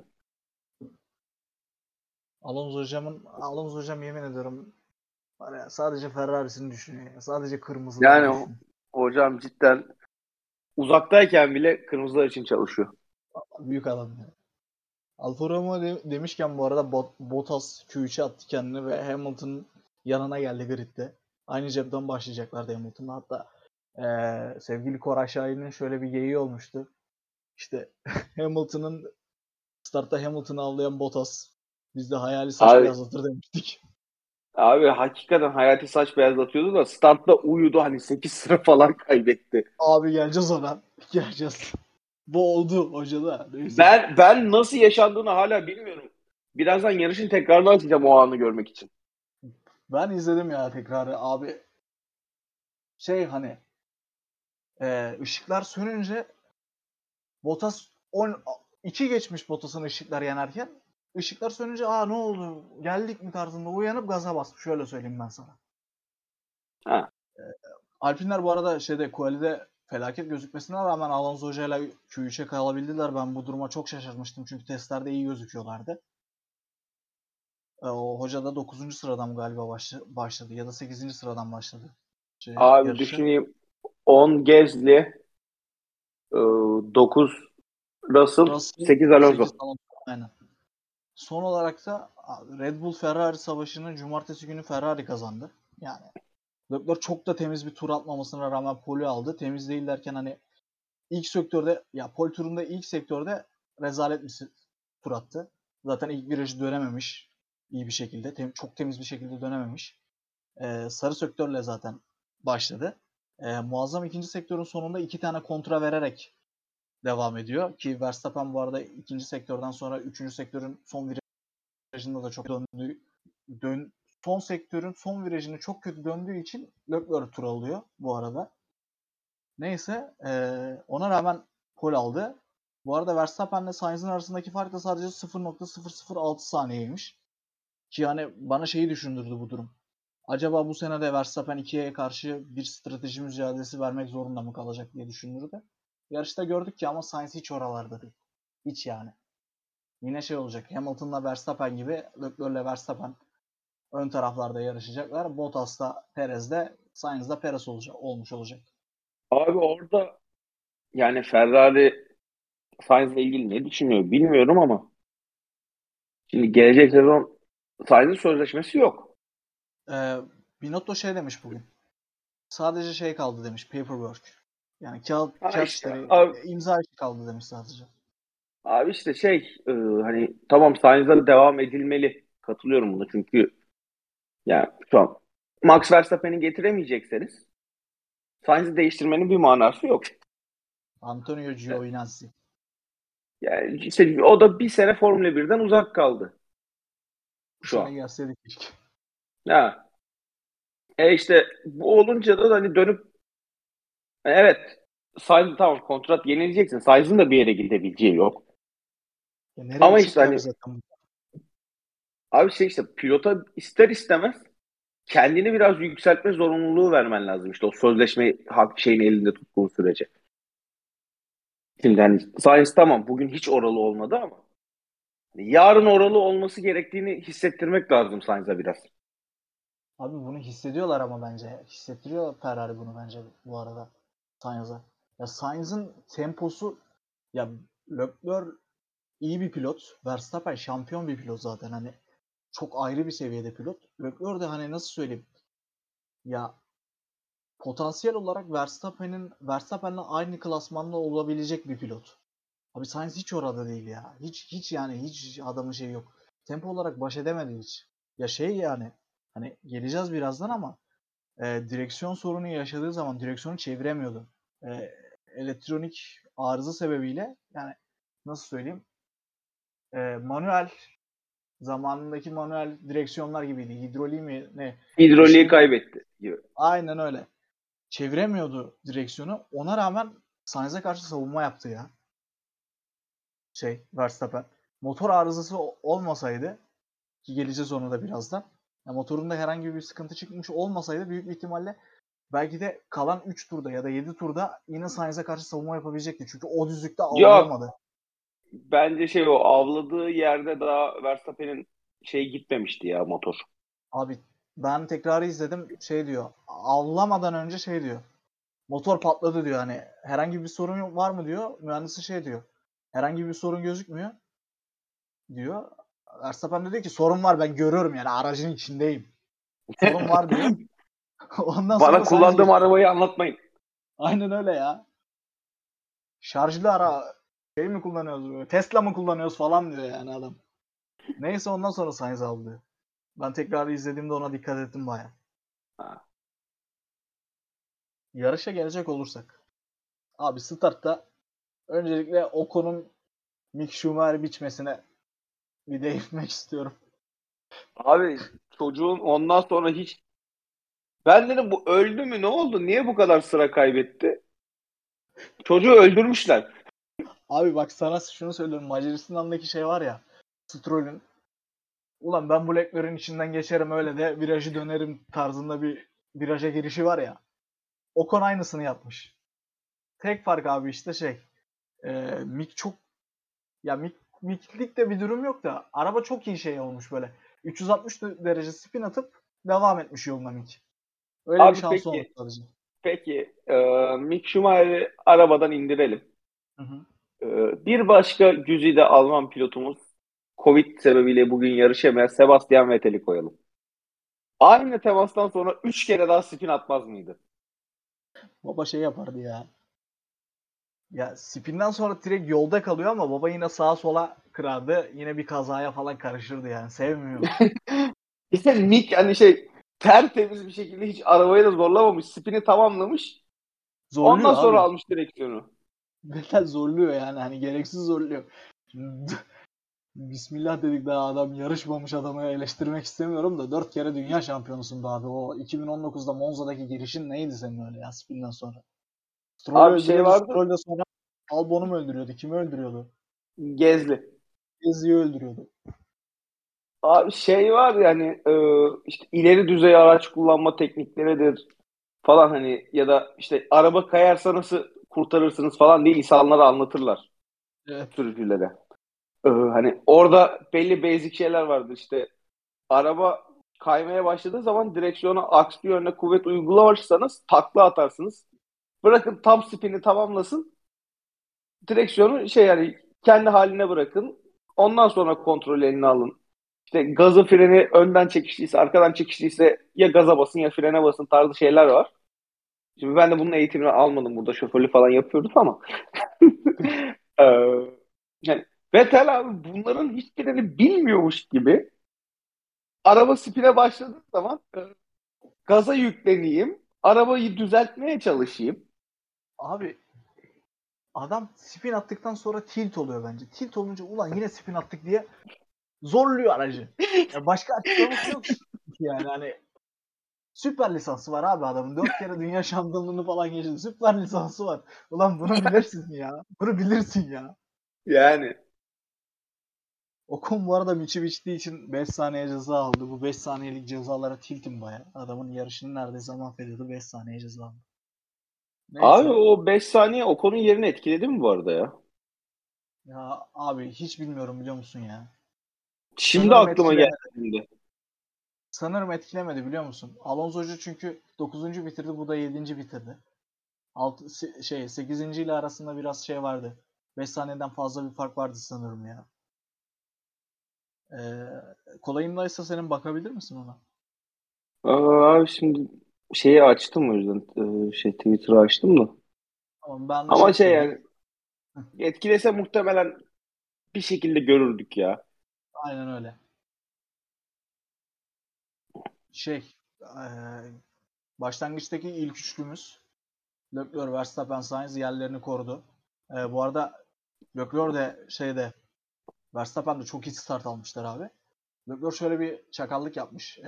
Alonso hocam yemin ediyorum var ya, sadece Ferrari'sini düşünüyor ya. Sadece kırmızıları Yani düşünüyor. hocam cidden uzaktayken bile kırmızılar için çalışıyor. Büyük adam ya. Alfa Romeo demişken bu arada Bottas Q3'e attı kendini ve Hamilton'ın yanına geldi gridde. Aynı cepten başlayacaklardı Hamilton'la. Hatta sevgili Koray Şahin'in şöyle bir geyiği olmuştu. İşte Hamilton'ın startta Hamilton'ı avlayan Bottas. Biz de hayali saç Abi, beyazlatır demiştik. abi hakikaten Hayati saç beyazlatıyordu da startta uyudu, hani 8 sıra falan kaybetti. Abi geleceğiz ona. Geleceğiz. Bu oldu hoca da. Neyse. Ben nasıl yaşandığını hala bilmiyorum. Birazdan yarışın tekrarını açacağım o anı görmek için. Ben izledim ya tekrarı. Abi şey hani ışıklar sönünce Bottas 2 geçmiş Bottas'ın ışıklar yanarken. Işıklar sönünce ne oldu? Geldik mi tarzında uyanıp gaza basmış. Şöyle söyleyeyim ben sana. Ha. Alpinler bu arada quali'de felaket gözükmesine rağmen Alonso Hoca ile Q3'e kalabildiler. Ben bu duruma çok şaşırmıştım. Çünkü testlerde iyi gözüküyorlardı. O hoca da 9. sıradan galiba başladı. Ya da 8. sıradan başladı Abi yarışa. düşüneyim. 10 Gezli, 9 Russell, Russell 8 8 Alonso. Alonso. Aynen. Son olarak da Red Bull Ferrari savaşını cumartesi günü Ferrari kazandı. Yani Leclerc çok da temiz bir tur atmamasına rağmen pole aldı. Temiz değil derken hani ilk sektörde ya pole turunda ilk sektörde rezalet bir tur attı. Zaten ilk virajı dönememiş iyi bir şekilde. Çok temiz bir şekilde dönememiş. Sarı sektörle zaten başladı. Muazzam ikinci sektörün sonunda 2 tane kontra vererek devam ediyor. Ki Verstappen bu arada ikinci sektörden sonra üçüncü sektörün son virajında da çok dön son sektörün son virajını çok kötü döndüğü için Leclerc tur alıyor bu arada. Neyse ona rağmen pole aldı. Bu arada Verstappen ile Sainz'in arasındaki fark da sadece 0.006 saniyeymiş. Ki yani bana şeyi düşündürdü bu durum. Acaba bu sene de Verstappen 2'ye karşı bir strateji mücadelesi vermek zorunda mı kalacak diye düşündürdü. Yarışta gördük ki ama Sainz hiç oralarda değil. Hiç yani. Yine şey olacak. Hamilton'la Verstappen gibi Leclerc'le Verstappen ön taraflarda yarışacaklar. Bottas'la Perez de Sainz'da Perez olmuş olacak. Abi orada yani Ferrari Sainz'la ilgili ne düşünüyor bilmiyorum ama şimdi gelecek sezon Sainz'in sözleşmesi yok. Ee, Binotto şey demiş bugün. Sadece şey kaldı demiş. Paperwork. Yani Ha kağıt işte işleri, abi, imza işi kaldı demiş sadece. abi işte hani tamam Sainz'la devam edilmeli. Katılıyorum buna çünkü yani şu an Max Verstappen'i getiremeyecekseniz Sainz'i değiştirmenin bir manası yok. Antonio Giovinazzi. Yani işte o da bir sene Formula 1'den uzak kaldı Bu şu sene an. gelseydik keşke. Ha. İşte bu olunca da hani dönüp evet Sainz tamam kontrat yenileceksin. Sainz'ın da bir yere gidebileceği yok. Nereye Ama gidecek işte ki abi hani zaten? abi işte pilota ister istemez kendini biraz yükseltme zorunluluğu vermen lazım. İşte o sözleşme hak şeyini elinde tuttuğun sürece. Şimdi hani Sainz tamam bugün hiç oralı olmadı ama hani yarın oralı olması gerektiğini hissettirmek lazım Sainz'a biraz. Abi bunu hissediyorlar ama bence. Hissettiriyor Ferrari bunu bence bu arada Sainz'a. Ya Sainz'ın temposu, ya Leclerc iyi bir pilot. Verstappen şampiyon bir pilot zaten. Hani çok ayrı bir seviyede pilot. Leclerc de hani nasıl söyleyeyim? Ya potansiyel olarak Verstappen'le aynı klasmanda olabilecek bir pilot. Abi Sainz hiç orada değil ya. Hiç yani hiç adamın şeyi yok. Tempo olarak baş edemedi hiç. Ya şey yani hani geleceğiz birazdan ama direksiyon sorunu yaşadığı zaman direksiyonu çeviremiyordu. Elektronik arıza sebebiyle yani nasıl söyleyeyim? Manuel zamanındaki manuel direksiyonlar gibiydi. Hidroliği mi ne? Bir Hidroliği şey var. kaybetti gibi. Aynen öyle. Çeviremiyordu direksiyonu. Ona rağmen Sainz'e karşı savunma yaptı ya. Verstappen. Motor arızası olmasaydı, ki geleceğiz ona da birazdan. Ya motorunda herhangi bir sıkıntı çıkmış olmasaydı büyük bir ihtimalle belki de kalan 3 turda ya da 7 turda yine Sainz'e karşı savunma yapabilecekti. Çünkü o düzlükte Yok avlayamadı. bence o avladığı yerde daha Verstappen'in gitmemişti ya motor. Abi ben tekrarı izledim, şey diyor. Avlamadan önce şey diyor. Motor patladı diyor, hani herhangi bir sorun var mı diyor. Mühendisi şey diyor. Herhangi bir sorun gözükmüyor diyor. Verstappen de diyor ki sorun var, ben görüyorum yani aracın içindeyim. Sorun var diyor. Ondan Bana sonra Sainz kullandığım geçiyor. arabayı anlatmayın. Aynen öyle ya. Şarjlı ara şey mi kullanıyoruz böyle? Tesla mı kullanıyoruz falan diyor yani adam. Neyse ondan sonra Sainz aldı. Ben tekrar izlediğimde ona dikkat ettim baya. Ha. Yarışa gelecek olursak. Abi startta öncelikle Ocon'un Mick Schumacher biçmesine bir değinmek istiyorum. Abi çocuğun ondan sonra hiç ben dedim bu öldü mü ne oldu? Niye bu kadar sıra kaybetti? Çocuğu öldürmüşler. Abi bak sana şunu söylüyorum. Macaristan'daki şey var ya. Stroll'ün ulan ben bu Leclerc'in içinden geçerim öyle de virajı dönerim tarzında bir viraja girişi var ya. Ocon aynısını yapmış. Tek fark abi işte Mick çok, ya Mick'lik bir durum yok da araba çok iyi şey olmuş böyle. 360 derece spin atıp devam etmiş yoluna Mick. Öyle bir Abi şansı olmuş sadece. peki Mick Schumacher'i arabadan indirelim. Hı hı. Bir başka güzide Alman pilotumuz Covid sebebiyle bugün yarışamayan Sebastian Vettel'i koyalım. Aynı temastan sonra 3 kere daha spin atmaz mıydı? Baba şey yapardı ya. Ya spinden sonra direkt yolda kalıyor ama baba yine sağa sola kırardı. Yine bir kazaya falan karışırdı yani. Sevmiyor. İşte Mick hani tertemiz bir şekilde hiç arabayı da zorlamamış. Spini tamamlamış. Ondan Zorluyor sonra abi. almış direksiyonu. Vettel zorluyor yani. Hani gereksiz zorluyor. Bismillah dedik, daha adam yarışmamış, adamı eleştirmek istemiyorum da 4 kere dünya şampiyonusun be abi. O 2019'da Monza'daki girişin neydi senin öyle ya spinden sonra? Stroll'ü Abi öldürüyordu. vardı. Stroll de sonra Albon'u mu öldürüyordu? Kimi öldürüyordu? Gezli. Gezi'yi öldürüyordu. Abi var yani işte ileri düzey araç kullanma teknikleridir falan hani ya da işte araba kayarsa nasıl kurtarırsınız falan diye insanlara anlatırlar Evet. sürücülere. Hani orada belli basic şeyler vardır işte araba kaymaya başladığı zaman direksiyona aksi yönde kuvvet uygularsanız takla atarsınız. Bırakın top spin'i tamamlasın. Direksiyonu yani kendi haline bırakın. Ondan sonra kontrolü eline alın. İşte gazı freni önden çekişliyse, arkadan çekişliyse ya gaza basın ya frene basın tarzı şeyler var. Şimdi ben de bunun eğitimini almadım. Burada şoförlük falan yapıyorduk ama. Ee, yani Vettel abi bunların hiçbirini bilmiyormuş gibi araba spine başladığı zaman gaza yükleneyim, arabayı düzeltmeye çalışayım. Abi adam spin attıktan sonra tilt oluyor bence. Tilt olunca ulan yine spin attık diye zorluyor aracı. Ya başka açıklaması yok yani hani süper lisansı var abi adamın. 4 kere dünya şampiyonluğunu falan geçti. Süper lisansı var. Ulan bunu bilirsin ya. Bunu bilirsin ya. Yani Ocon bu arada Mitsubishi için 5 saniye ceza aldı. Bu 5 saniyelik cezalara tiltim baya. Adamın yarışını neredeyse mahvediyordu. 5 saniye ceza aldı. abi Neyse. o 5 saniye o konunun yerini etkiledi mi bu arada ya? Ya abi hiç bilmiyorum biliyor musun ya. Şimdi Sanırım aklıma geldi etkilemedi. şimdi. Sanırım etkilemedi biliyor musun? Alonso'cu çünkü 9. bitirdi. Bu da 7. bitirdi. 8. ile arasında biraz şey vardı. 5 saniyeden fazla bir fark vardı sanırım ya. Kolayındaysa senin bakabilir misin ona? Abi şimdi şeyi açtım o yüzden Twitter'ı açtım da. Ama ben Ama şey şey söyleyeyim. yani etkilese muhtemelen bir şekilde görürdük ya. Aynen öyle. Şey, eee, başlangıçtaki ilk üçlümüz Leclerc, Verstappen, Sainz yerlerini korudu. Bu arada Leclerc de Verstappen de çok iyi start almışlar abi. Leclerc şöyle bir çakallık yapmış.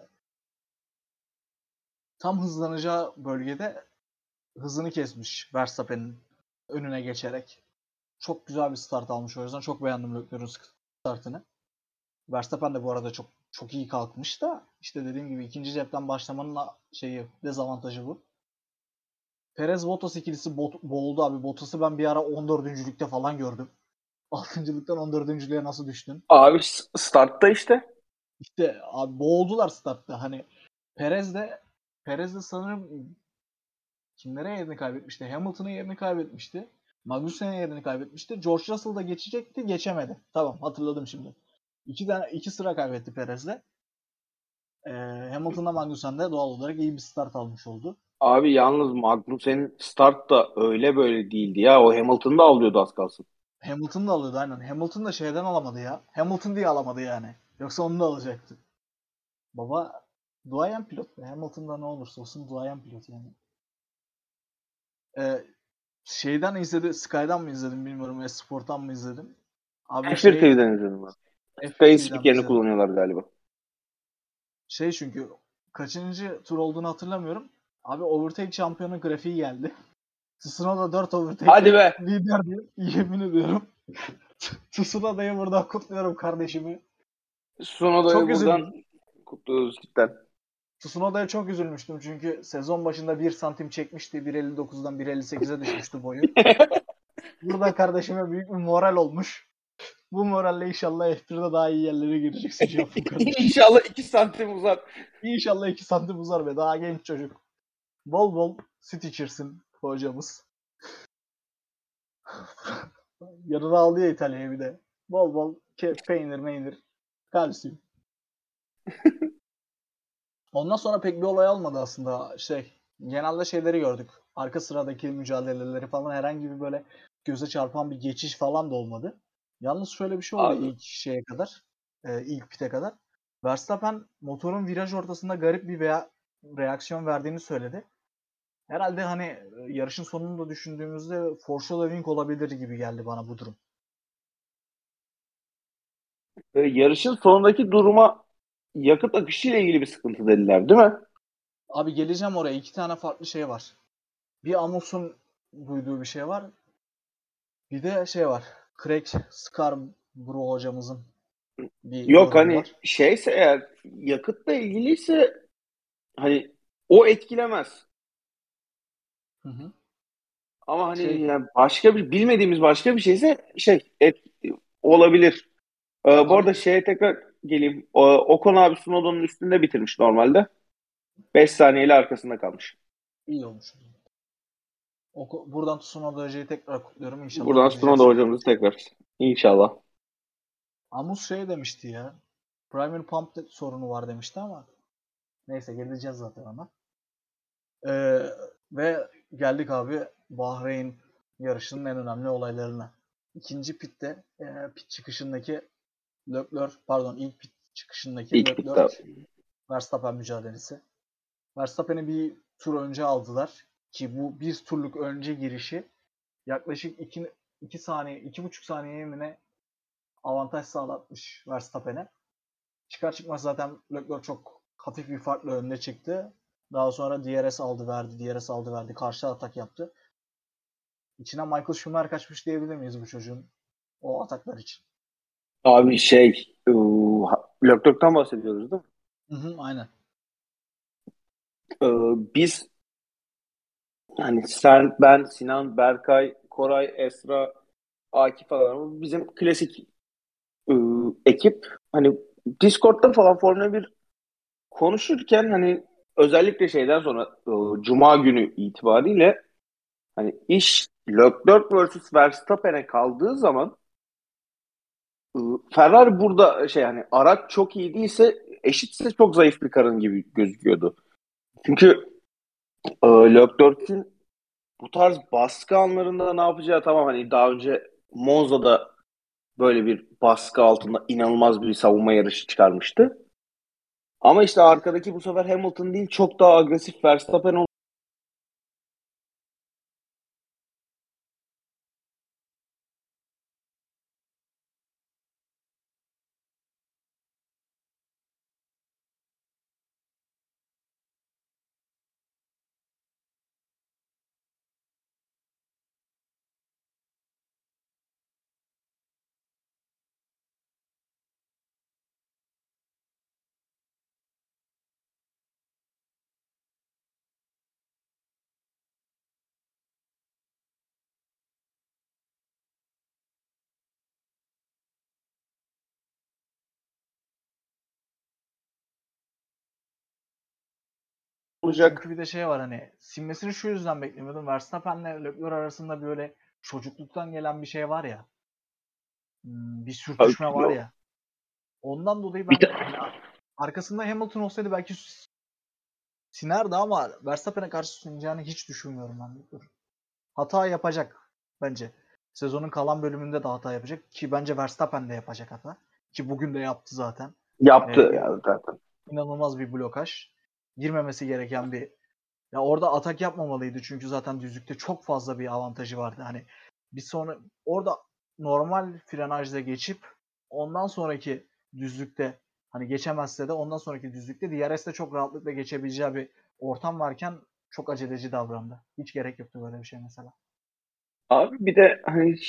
Tam hızlanacağı bölgede hızını kesmiş Verstappen'in önüne geçerek. Çok güzel bir start almış o yüzden çok beğendim Leclerc'in startını. Verstappen de bu arada çok çok iyi kalkmış da işte dediğim gibi ikinci cepten başlamanın dezavantajı bu. Perez Bottas ikilisi boğuldu abi. Bottas'ı ben bir ara 14.lükte falan gördüm. 6.lıktan 14.lüğe nasıl düştün? Abi startta işte. İşte abi boğuldular startta. Hani Perez de Perez de sanırım kimlere yerini kaybetmişti? Hamilton'ın yerini kaybetmişti. Magnussen'in yerini kaybetmişti. George Russell da geçecekti, geçemedi. Tamam, hatırladım şimdi. İki sıra kaybetti Perez'le. Hamilton'da Magnussen de doğal olarak iyi bir start almış oldu. Abi yalnız Magnussen'in start da öyle böyle değildi ya. O Hamilton'da alıyordu az kalsın. Hamilton da alıyordu aynen. Hamilton da şeyden alamadı ya. Hamilton diye alamadı yani. Yoksa onu da alacaktı. Baba duayen pilot. Hamilton'da ne olursa olsun duayen pilot yani. Ee, şeyden izledi, Sky'dan mı izledim bilmiyorum. Esport'tan mı izledim? Abi F1 TV'den izledim ben. F1 Sky TV'den mi spikerini izledim? kullanıyorlar galiba. Çünkü kaçıncı tur olduğunu hatırlamıyorum. Abi overtake şampiyonu grafiği geldi. Tsunoda 4 Hadi overtake'le be. lider diyor. Yemin ediyorum. Tsunoda'yı buradan kutluyorum kardeşimi. Tsunoda'yı Çok buradan üzüldüm. kutluyoruz cidden. Tsunoda'ya çok üzülmüştüm çünkü sezon başında 1 santim çekmişti. 1.59'dan 1.58'e düşmüştü boyu. Burada kardeşime büyük bir moral olmuş. Bu moralle inşallah F1'de daha iyi yerlere gireceksin Japon kardeşim. İnşallah 2 santim uzar. İnşallah 2 santim uzar be. Daha genç çocuk. Bol bol süt içirsin hocamız. Yanına alıyor İtalya'ya bir de. Bol bol peynir meynir. Kalsiyum. Ondan sonra pek bir olay olmadı aslında. Genelde şeyleri gördük. Arka sıradaki mücadeleleri falan herhangi bir böyle göze çarpan bir geçiş falan da olmadı. Yalnız şöyle bir şey oldu Abi ilk şeye kadar. İlk pite kadar. Verstappen motorun viraj ortasında garip bir reaksiyon verdiğini söyledi. Herhalde hani yarışın sonunu da düşündüğümüzde foreshadowing olabilir gibi geldi bana bu durum. yarışın sonundaki duruma yakıt akışı ile ilgili bir sıkıntı dediler değil mi? Abi geleceğim oraya. İki tane farklı şey var. Bir Amos'un duyduğu bir şey var. Bir de var. Craig Scarborough hocamızın bir Yok yorumu hani var. şeyse eğer yakıtla ilgiliyse hani o etkilemez. Hı hı. Ama hani Şey yani başka bir bilmediğimiz başka bir şeyse olabilir. Bu abi arada şeye tekrar geleyim. Ocon abi Tsunoda'nın üstünde bitirmiş normalde. 5 saniyeyle arkasında kalmış. İyi olmuş. Buradan Tsunoda Hoca'yı tekrar kutluyorum. İnşallah Buradan Tsunoda özleyeceğiz. hocamızı tekrar. İnşallah. Amus şey demişti ya. Primary pump sorunu var demişti ama neyse geleceğiz zaten ona. Ve geldik abi Bahreyn yarışının en önemli olaylarına. İkinci pitte pit çıkışındaki ilk pit çıkışındaki İlk bitti abi. Leclerc Verstappen mücadelesi. Verstappen'i bir tur önce aldılar ki bu bir turluk önce girişi yaklaşık 2 saniye, 2,5 saniye mi ne avantaj sağlatmış Verstappen'e. Çıkar çıkmaz zaten Leclerc çok hafif bir farkla önde çıktı. Daha sonra DRS aldı verdi. Karşı atak yaptı. İçine Michael Schumacher kaçmış diyebilir miyiz bu çocuğun o ataklar için? Abi Leclerc'ten bahsediyoruz değil mi? Hı hı, aynen. Biz hani sen, ben, Sinan, Berkay, Koray, Esra, Akif falan bizim klasik ekip hani Discord'da falan Formula 1 konuşurken hani özellikle şeyden sonra Cuma günü itibariyle hani iş Leclerc vs Verstappen'e kaldığı zaman Ferrari burada hani araç çok iyi değilse eşitse çok zayıf bir karın gibi gözüküyordu. Çünkü Leclerc'in bu tarz baskı anlarında ne yapacağı tamam hani daha önce Monza'da böyle bir baskı altında inanılmaz bir savunma yarışı çıkarmıştı. Ama işte arkadaki bu sefer Hamilton değil çok daha agresif Verstappen Çünkü olacak. bir de şey var hani sinmesini şu yüzden beklemiyordum. Verstappen'le Leclerc arasında böyle çocukluktan gelen bir şey var ya. Bir sürtüşme var ya. Ondan dolayı Bir ben ta- hani arkasında Hamilton olsaydı belki sinerdi ama Verstappen'e karşı sineceğini hiç düşünmüyorum ben. Hata yapacak bence. Sezonun kalan bölümünde de hata yapacak ki bence Verstappen de yapacak hata. Ki bugün de yaptı zaten. yaptı Ee, ya zaten. inanılmaz bir blokaj. Girmemesi gereken bir ya orada atak yapmamalıydı çünkü zaten düzlükte çok fazla bir avantajı vardı. Hani bir sonra orada normal frenajla geçip ondan sonraki düzlükte hani geçemezse de ondan sonraki düzlükte DRS'de çok rahatlıkla geçebileceği bir ortam varken çok aceleci davrandı. Hiç gerek yoktu böyle bir şey mesela. Abi bir de hani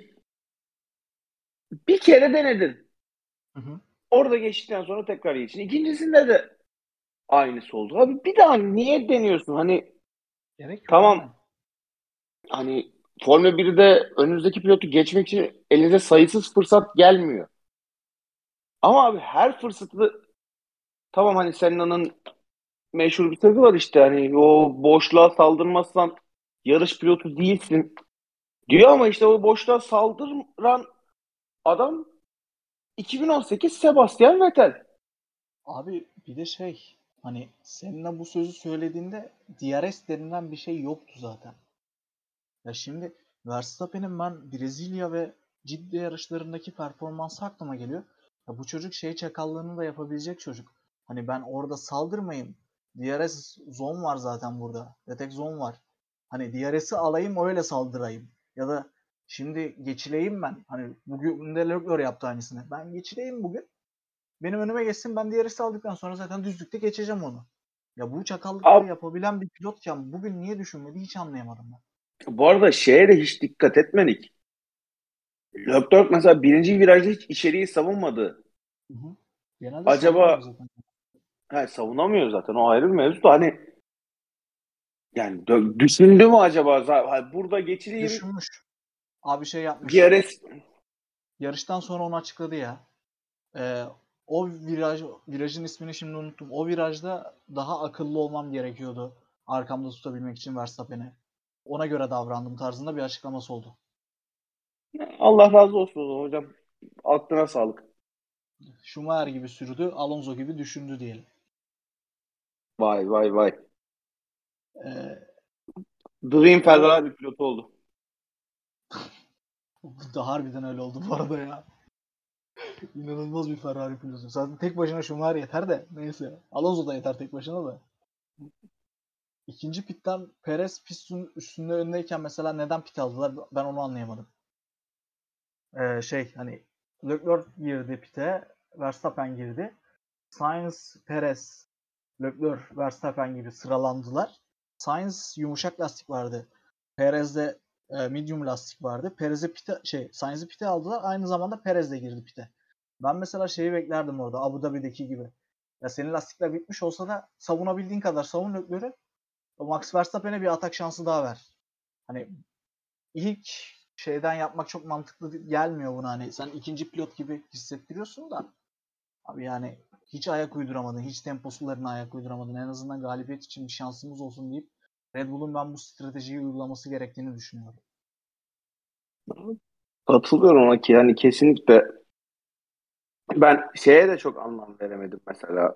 bir kere denedin. Hı hı. Orada geçtikten sonra tekrar geçin. İkincisinde de aynısı oldu. Abi bir daha niye deniyorsun? Hani Gerek yok tamam aynen. hani Formula 1'de önünüzdeki pilotu geçmek için elinize sayısız fırsat gelmiyor. Ama abi her fırsatı tamam hani Senna'nın meşhur bir sözü var işte hani o boşluğa saldırmazsan yarış pilotu değilsin diyor ama işte o boşluğa saldıran adam 2018 Sebastian Vettel. Abi bir de şey hani seninle bu sözü söylediğinde DRS denilen bir şey yoktu zaten. Ya şimdi Verstappen'in ben Brezilya ve Cidde yarışlarındaki performansı aklıma geliyor. Ya bu çocuk şey çakallığını da yapabilecek çocuk. Hani ben orada saldırmayayım. DRS zone var zaten burada. Detect zone var. Hani DRS'i alayım öyle saldırayım. Ya da şimdi geçileyim ben. Hani bugün de Leclerc yaptı aynısını. Ben geçileyim bugün. Benim önüme geçsin ben DRS'i aldıktan sonra zaten düzlükte geçeceğim onu. Ya bu çakallıkları Abi, yapabilen bir pilotken bugün niye düşünmedi hiç anlayamadım ben. bu arada şeye de hiç dikkat etmedik. Leclerc mesela birinci virajda hiç içeriği savunmadı. Hı hı. Genelde savunmuyor Acaba zaten. savunamıyor zaten o ayrı bir mevzu da hani yani düşündü mü acaba burada geçireyim Düşünmüş. Abi şey yapmış. DRS Yarıştan sonra onu açıkladı ya. Ee, o virajın ismini şimdi unuttum. O virajda daha akıllı olmam gerekiyordu arkamda tutabilmek için Verstappen'i. Ona göre davrandım tarzında bir açıklaması oldu. Allah razı olsun o zaman hocam. Aklına sağlık. Schumacher gibi sürdü, Alonso gibi düşündü diyelim. Vay vay vay. Ee, Dream o Ferrari pilotu oldu. da harbiden öyle oldu bu arada ya. İnanılmaz bir Ferrari pilotu. Zaten tek başına Schumacher yeter de neyse. Alonso da yeter tek başına da. İkinci pitten Perez pistin üstünde öndeyken mesela neden pit aldılar ben onu anlayamadım. Hani Leclerc girdi pite, Verstappen girdi. Sainz, Perez, Leclerc, Verstappen gibi sıralandılar. Sainz yumuşak lastik vardı. Perez'de medium lastik vardı. Sainz'i pite aldılar. Aynı zamanda Perez de girdi pite. Ben mesela şeyi beklerdim orada Abu Dhabi'deki gibi. Ya senin lastikler bitmiş olsa da savunabildiğin kadar savun Leclerc'ü. Max Verstappen'e bir atak şansı daha ver. Hani ilk şeyden yapmak çok mantıklı gelmiyor buna hani. Sen ikinci pilot gibi hissettiriyorsun da abi yani hiç ayak uyduramadın. Hiç temposularına ayak uyduramadın. En azından galibiyet için bir şansımız olsun deyip Red Bull'un ben bu stratejiyi uygulaması gerektiğini düşünüyorum. Katılıyorum ona ki yani kesinlikle ben şeye de çok anlam veremedim mesela.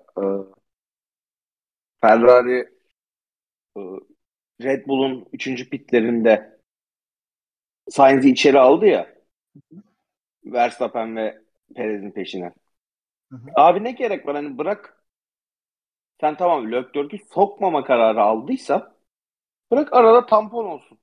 Ferrari e, Red Bull'un üçüncü pitlerinde Sainz'i içeri aldı ya Verstappen ve Perez'in peşine. Hı hı. Abi ne gerek var hani bırak sen tamam Leclerc'ü sokmama kararı aldıysa bırak arada tampon olsun.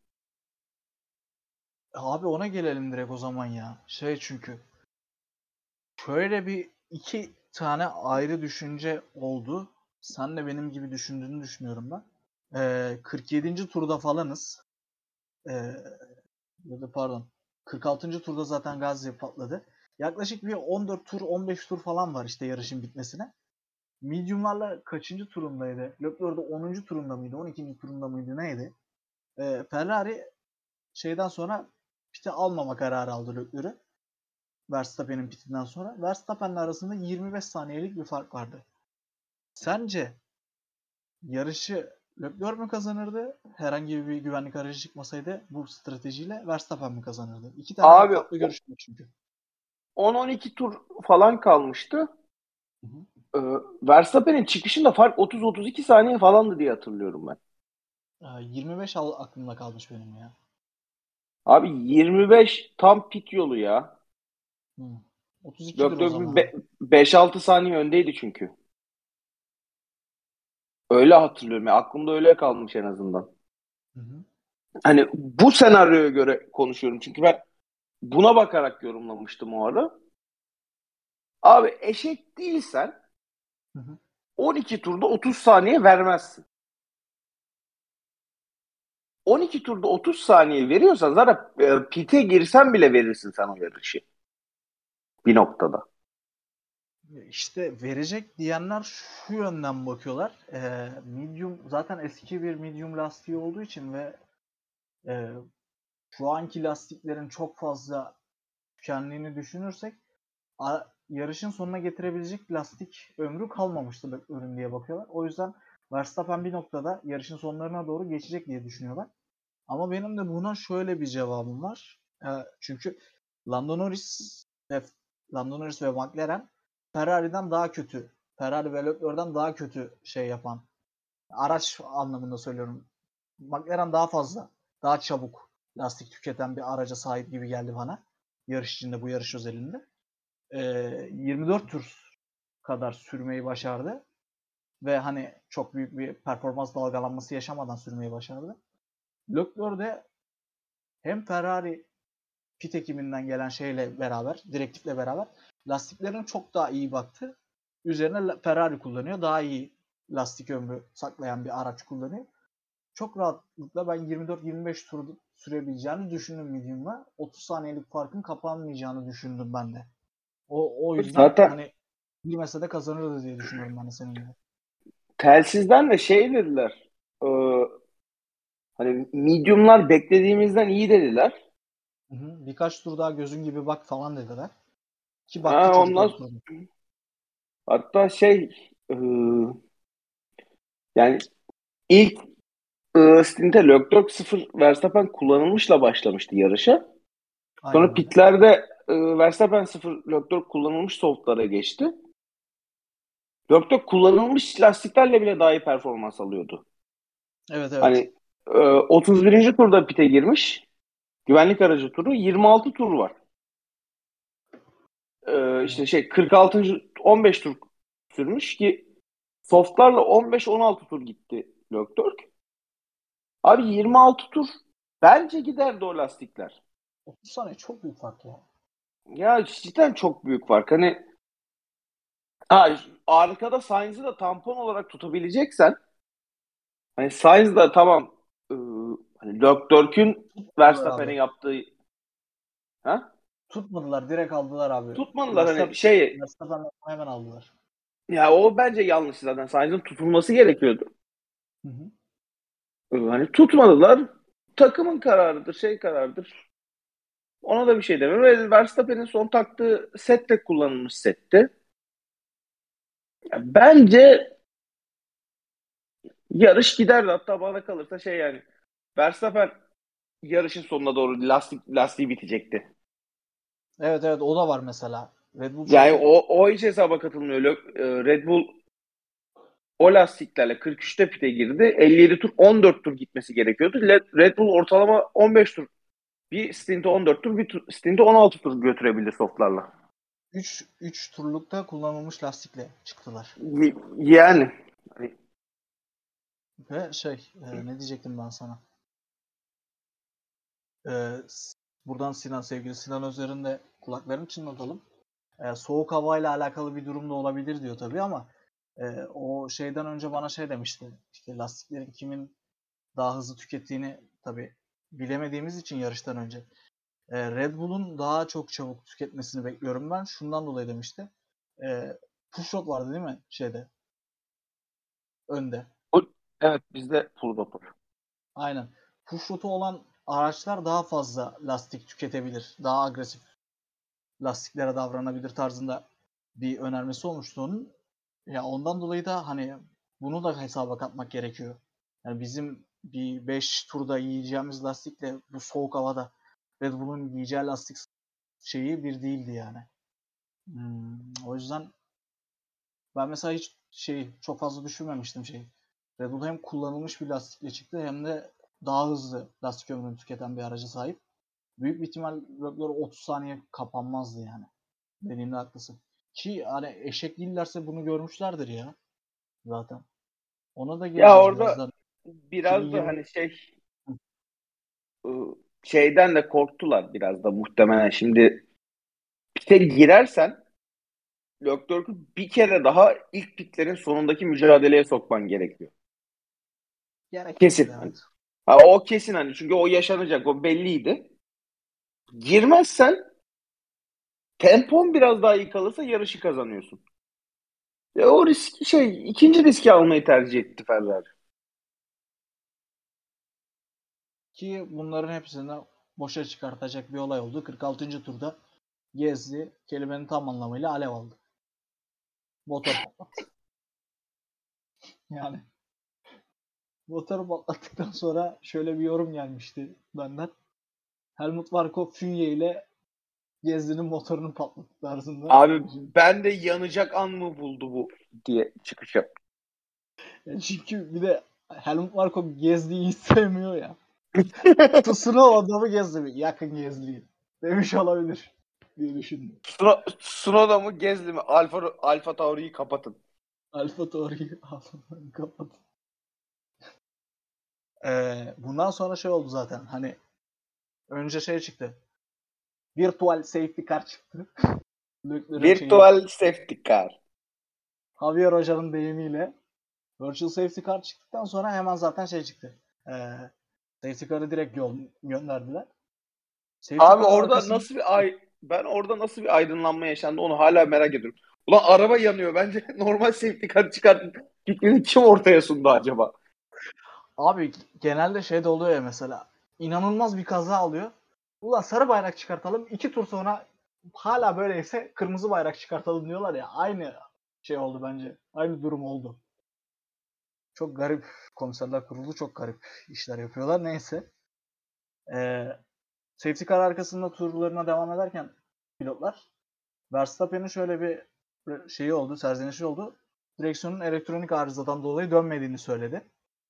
Abi ona gelelim direkt o zaman ya. Çünkü şöyle bir iki tane ayrı düşünce oldu. Sen de benim gibi düşündüğünü düşünüyorum ben. 47. turda falanız. Ee, Ya da pardon. 46. turda zaten Gazze patladı. Yaklaşık bir 14 tur, 15 tur falan var işte yarışın bitmesine. Medium'larla kaçıncı turundaydı? Leclerc de 10. turunda mıydı? 12. turunda mıydı? Neydi? Ferrari şeyden sonra pite almama kararı aldı Leclerc'ü. Verstappen'in pitinden sonra. Verstappen'le arasında 25 saniyelik bir fark vardı. Sence yarışı Leclerc mi kazanırdı? Herhangi bir güvenlik aracı çıkmasaydı bu stratejiyle Verstappen mi kazanırdı? İki tane Abi farklı görüş var çünkü. 10-12 tur falan kalmıştı. Hı hı. Ee, Verstappen'in çıkışında fark 30-32 saniye falandı diye hatırlıyorum ben. 25 aklımda kalmış benim ya. Abi 25 tam pit yolu ya. Hı. 32'dir o Leclerc bir zaman. 5-6 saniye öndeydi çünkü. Öyle hatırlıyorum ya. Aklımda öyle kalmış en azından. Hı hı. Hani bu senaryoya göre konuşuyorum. Çünkü ben buna bakarak yorumlamıştım o ara. Abi eşek değilsen Hı hı. 12 turda 30 saniye vermezsin. 12 turda 30 saniye veriyorsan zaten pite girsen bile verirsin sen o yarışı. Bir noktada. İşte verecek diyenler şu yönden bakıyorlar. Medium zaten eski bir medium lastiği olduğu için ve e, şu anki lastiklerin çok fazla tükendiğini düşünürsek yarışın sonuna getirebilecek lastik ömrü kalmamıştı ürün diye bakıyorlar. O yüzden Verstappen bir noktada yarışın sonlarına doğru geçecek diye düşünüyorlar. Ama benim de buna şöyle bir cevabım var. Çünkü Lando Norris ve Lando Norris ve McLaren Ferrari'den daha kötü. Ferrari ve Leclerc'den daha kötü şey yapan. Araç anlamında söylüyorum. McLaren daha fazla, daha çabuk lastik tüketen bir araca sahip gibi geldi bana. Yarış içinde, bu yarış özelinde. 24 tur kadar sürmeyi başardı. Ve hani çok büyük bir performans dalgalanması yaşamadan sürmeyi başardı. Leclerc de hem Ferrari pit ekiminden gelen şeyle beraber, direktifle beraber lastiklerine çok daha iyi baktı. Üzerine Ferrari kullanıyor. Daha iyi lastik ömrü saklayan bir araç kullanıyor. Çok rahatlıkla ben 24-25 tur sürebileceğini düşündüm medium'la. 30 saniyelik farkın kapanmayacağını düşündüm ben de. O yüzden Zaten hani girmese de kazanırdı diye düşünüyorum ben de senin gibi. telsizden de şey dediler. e, Hani medium'lar beklediğimizden iyi dediler. Hı hı. Birkaç tur daha gözün gibi bak falan dediler. Ki baktı Ha, çocuk ondan o turda. Hatta yani ilk stinte Leclerc 0 Verstappen kullanılmışla başlamıştı yarışa. Sonra Aynen öyle. pitlerde Verstappen 0 Leclerc kullanılmış softlara geçti. Leclerc kullanılmış lastiklerle bile daha iyi performans alıyordu. Evet, evet. Hani 31. turda pite girmiş. Güvenlik aracı turu. 26 tur var. Evet. 46. 15 tur sürmüş ki softlarla 15-16 tur gitti Leclerc. Abi 26 tur bence giderdi o lastikler. 30 saniye çok büyük fark ya. Ya cidden çok büyük fark. Ha, arkada Sainz'ı da tampon olarak tutabileceksen hani Sainz da tamam e, hani Leclerc'ün Tutmadılar Verstappen'e abi. yaptığı ha? Tutmadılar. Direkt aldılar abi. Tutmadılar hani şeyi Verstappen'den hemen aldılar. ya o bence yanlış zaten. Sainz'ın tutulması gerekiyordu. Hı hı. Hani tutmadılar. Takımın kararıdır, kararıdır. Ona da bir şey demiyorum. Ve Verstappen'in son taktığı set de kullanılmış setti. Ya bence yarış giderdi. Hatta bana kalırsa yani Verstappen yarışın sonuna doğru lastiği bitecekti. Evet, evet, o da var mesela. Red Bull Yani çünkü o hiç hesaba katılmıyor. Red Bull o lastiklerle 43'te pite girdi. 57 tur 14 tur gitmesi gerekiyordu. Red Bull ortalama 15 tur. Bir stinti 14 tur, stinti 16 tur götürebildi softlarla. 3 turlukta kullanılmış lastikle çıktılar. Yani hani Ve ne diyecektim ben sana? E, Buradan sevgili Sinan Özer'in de kulaklarını çınlatalım. Soğuk havayla alakalı bir durum da olabilir diyor tabii ama o şeyden önce bana demişti. İşte lastiklerin kimin daha hızlı tükettiğini tabii bilemediğimiz için yarıştan önce. Red Bull'un daha çok çabuk tüketmesini bekliyorum ben. Şundan dolayı demişti. Push rod vardı değil mi önde. evet bizde full vapur. Aynen. Push rod'u olan araçlar daha fazla lastik tüketebilir. Daha agresif lastiklere davranabilir tarzında bir önermesi olmuştu onun. Ya ondan dolayı da hani bunu da hesaba katmak gerekiyor. Yani bizim bir 5 turda yiyeceğimiz lastikle bu soğuk havada Red Bull'un yiyeceği lastik şeyi bir değildi yani. O yüzden ben mesela hiç çok fazla düşünmemiştim Red Bull hem kullanılmış bir lastikle çıktı hem de daha hızlı lastik ömrünü tüketen bir araca sahip. Büyük bir ihtimal Leclerc 30 saniye kapanmazdı yani. Dediğinde haklısın. Ki hani eşek değillerse bunu görmüşlerdir ya zaten. Ona da Ya geleceğiz orada birazdan. biraz da 2020 ıı, şeyden de korktular biraz da muhtemelen. Şimdi pite girersen Leclerc'ü bir kere daha ilk pitlerin sonundaki mücadeleye sokman gerekiyor. gerek yoktu, Kesin. Hani. evet. Ha, o kesin hani çünkü o yaşanacak o belliydi. Girmezsen tempon biraz daha iyi kalırsa yarışı kazanıyorsun. O risk ikinci riski almayı tercih etti Ferrari. Ki bunların hepsini boşa çıkartacak bir olay oldu. 46. turda Gezdi kelimenin tam anlamıyla alev aldı. Motor patlattı. Yani motoru patlattıktan sonra şöyle bir yorum gelmişti benden. Helmut Marko Fünye ile Gezdi'nin motorunu patlattı tarzında. Abi ben de yanacak an mı buldu bu diye çıkış yap. Çünkü bir de Helmut Marko Gezdi'yi hiç sevmiyor ya. Tsunoda adamı Gezdi. Yakın Gezdi'yi. Demiş olabilir diye düşündüm. Tsunoda mı Gezdi mi? Alfa Tauri'yi kapatın. Alfa Tauri'yi ağzından kapat. Bundan sonra oldu zaten. Hani önce çıktı. Virtual Safety Car çıktı. Leclerc'in Virtual Safety Car. Javier Hoca'nın deyimiyle Virtual Safety Car çıktıktan sonra hemen zaten çıktı. Safety Car'ı direkt gönderdiler. Safety Abi Car'ın arkasında ben orada nasıl bir aydınlanma yaşandı onu hala merak ediyorum. Ulan araba yanıyor. Bence normal safety car çıkartıp fikrini kim ortaya sundu acaba? abi genelde de oluyor ya mesela. İnanılmaz bir kaza alıyor. Ulan sarı bayrak çıkartalım. 2 tur sonra hala böyleyse kırmızı bayrak çıkartalım diyorlar ya. Aynı şey oldu bence. Aynı durum oldu. Çok garip komiserler kurulu, çok garip işler yapıyorlar. Neyse. Safety car arkasında turlarına devam ederken pilotlar Verstappen'in şöyle bir şeyi oldu, serzenişi oldu. Direksiyonun elektronik arızadan dolayı dönmediğini söyledi.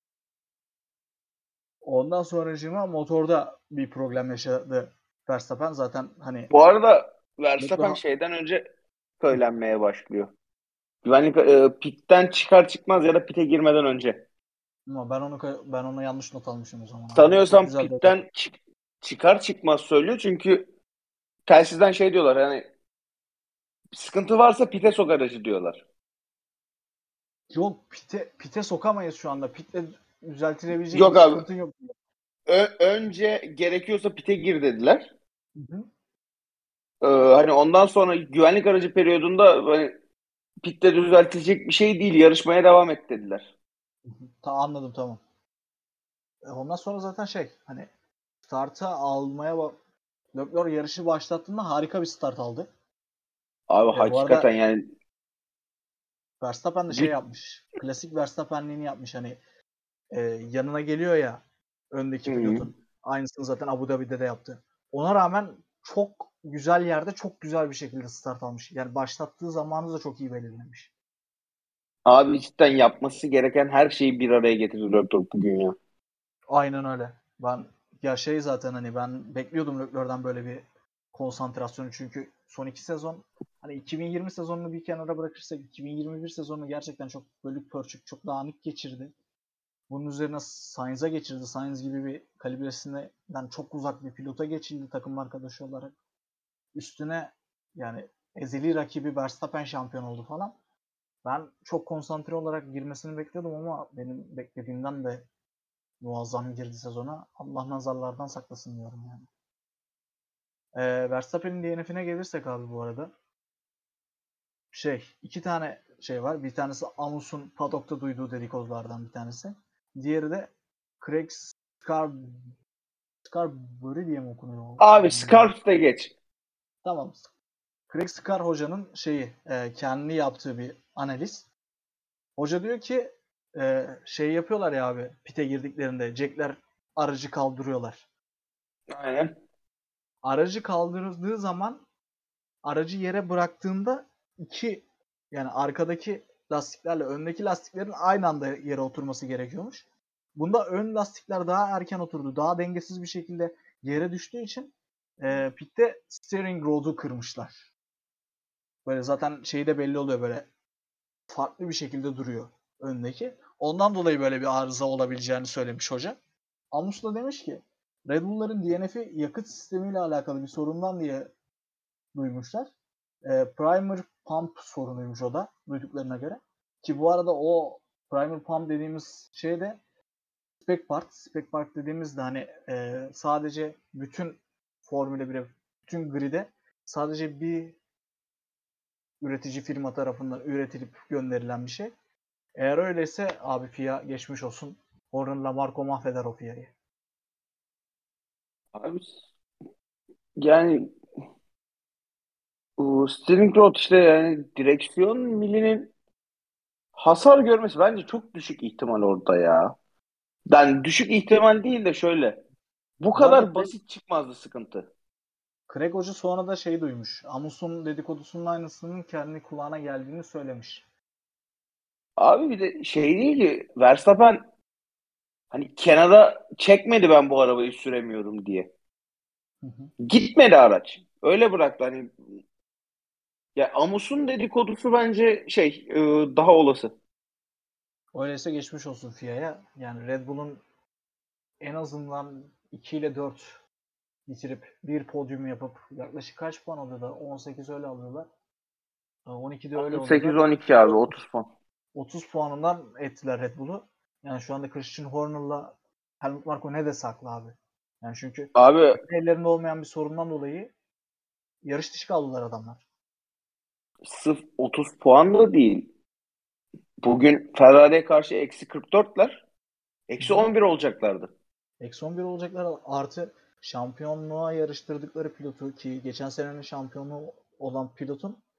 Ondan sonracığıma motorda bir problem yaşadı Verstappen. Zaten hani Bu arada Verstappen Leclerc şeyden önce söylenmeye başlıyor. Güvenlik pitten çıkar çıkmaz ya da pite girmeden önce. ama ben onu yanlış not almışım o zaman abi. Çok Sanıyorsam güzel detay. pitten çıkar çıkmaz söylüyor çünkü telsizden şey diyorlar hani sıkıntı varsa pite sok aracı diyorlar. Yok pite sokamayız şu anda. Pitle düzeltilebilecek bir Yok abi sıkıntın yok. önce gerekiyorsa pite gir dediler. Hı hı. Hani ondan sonra güvenlik aracı periyodunda hani pitte düzeltilecek bir şey değil yarışmaya devam et dediler. Anladım, tamam. Ondan sonra zaten hani startı almaya Leclerc yarışı başlattığında harika bir start aldı. Abi Bu arada hakikaten yani Verstappen de güç. yapmış. Klasik Verstappen'liğini yapmış. Hani yanına geliyor ya öndeki Hı. pilotun. Aynısını zaten Abu Dhabi'de de yaptı. Ona rağmen çok güzel yerde çok güzel bir şekilde start almış. Yani başlattığı zamanı da çok iyi belirlemiş. Abi cidden yapması gereken her şeyi bir araya getirdi Leclerc bugün ya. Aynen öyle. Ya zaten hani ben bekliyordum Leclerc'den böyle bir konsantrasyonu, çünkü son 2 sezon, hani 2020 sezonunu bir kenara bırakırsak 2021 sezonunu gerçekten çok bölük pörçük, çok dağınık geçirdi. Bunun üzerine Sainz'a geçirdi. Sainz gibi bir kalibresinden çok uzak bir pilota geçildi takım arkadaşı olarak. Üstüne yani ezeli rakibi Verstappen şampiyon oldu falan. Ben çok konsantre olarak girmesini bekliyordum ama benim beklediğimden de muazzam girdi sezona. Allah nazarlardan saklasın diyorum yani. Verstappen'in DNF'ine gelirsek abi bu arada. İki tane var. Bir tanesi Amus'un paddock'ta duyduğu dedikodulardan bir tanesi. Diğeri de Craig Scarberry diye mi okunuyor? Abi Yani, Scarf da geç. tamam. Craig Scar hocanın kendi yaptığı bir analiz. Hoca diyor ki yapıyorlar ya abi, pite girdiklerinde Jack'ler aracı kaldırıyorlar. Aynen. Aracı kaldırıldığı zaman aracı yere bıraktığında yani arkadaki lastiklerle öndeki lastiklerin aynı anda yere oturması gerekiyormuş. Bunda ön lastikler daha erken oturdu. Daha dengesiz bir şekilde yere düştüğü için pitte steering rod'u kırmışlar. Böyle zaten de belli oluyor, böyle farklı bir şekilde duruyor öndeki. Ondan dolayı böyle bir arıza olabileceğini söylemiş hoca. Amos da demiş ki Red Bull'ların DNF'i yakıt sistemiyle alakalı bir sorundan diye duymuşlar. Primer pump sorunuymuş o da duyduklarına göre. Ki bu arada o primer pump dediğimiz de spec part. Spec part dediğimizde hani sadece bütün Formula 1'e, bütün grid'e sadece bir üretici firma tarafından üretilip gönderilen bir şey. Eğer öyleyse abi FIA geçmiş olsun. Horner'la Marco mahveder o FIA'yı. Abi yani bu steering rod işte yani direksiyon milinin hasar görmesi bence çok düşük ihtimal orada ya. Yani düşük ihtimal değil de şöyle. Bu Bu arada kadar basit çıkmazdı sıkıntı. Craig Hoca sonra da duymuş. Amos'un dedikodusunun aynısının kendi kulağına geldiğini söylemiş. Abi bir de şey değil ki Verstappen hani kenara çekmedi ben bu arabayı süremiyorum diye. Hı hı. Gitmedi araç. Öyle bıraktı hani. Ya Amus'un dedikodusu bence daha olası. Öyleyse geçmiş olsun FIA'ya. Yani Red Bull'un en azından 2 ile 4 bitirip bir podyum yapıp yaklaşık kaç puan alıyorlar? 18 öyle alıyorlar. 12'de öyle alıyorlar. 18-12 abi 30 puan. 30 puanından ettiler Red Bull'u. Yani şu anda Christian Horner'la Helmut Marko ne de saklı abi. Yani çünkü Abi ellerinde olmayan bir sorundan dolayı yarış dışı kaldılar adamlar. sırf 30 puan da değil. Bugün Ferrari'ye karşı eksi 44'ler. Hı Eksi hı. 11 olacaklardı. Eksi 11 olacaklar, artı şampiyonluğa yarıştırdıkları pilotu, ki geçen senenin şampiyonu olan pilotun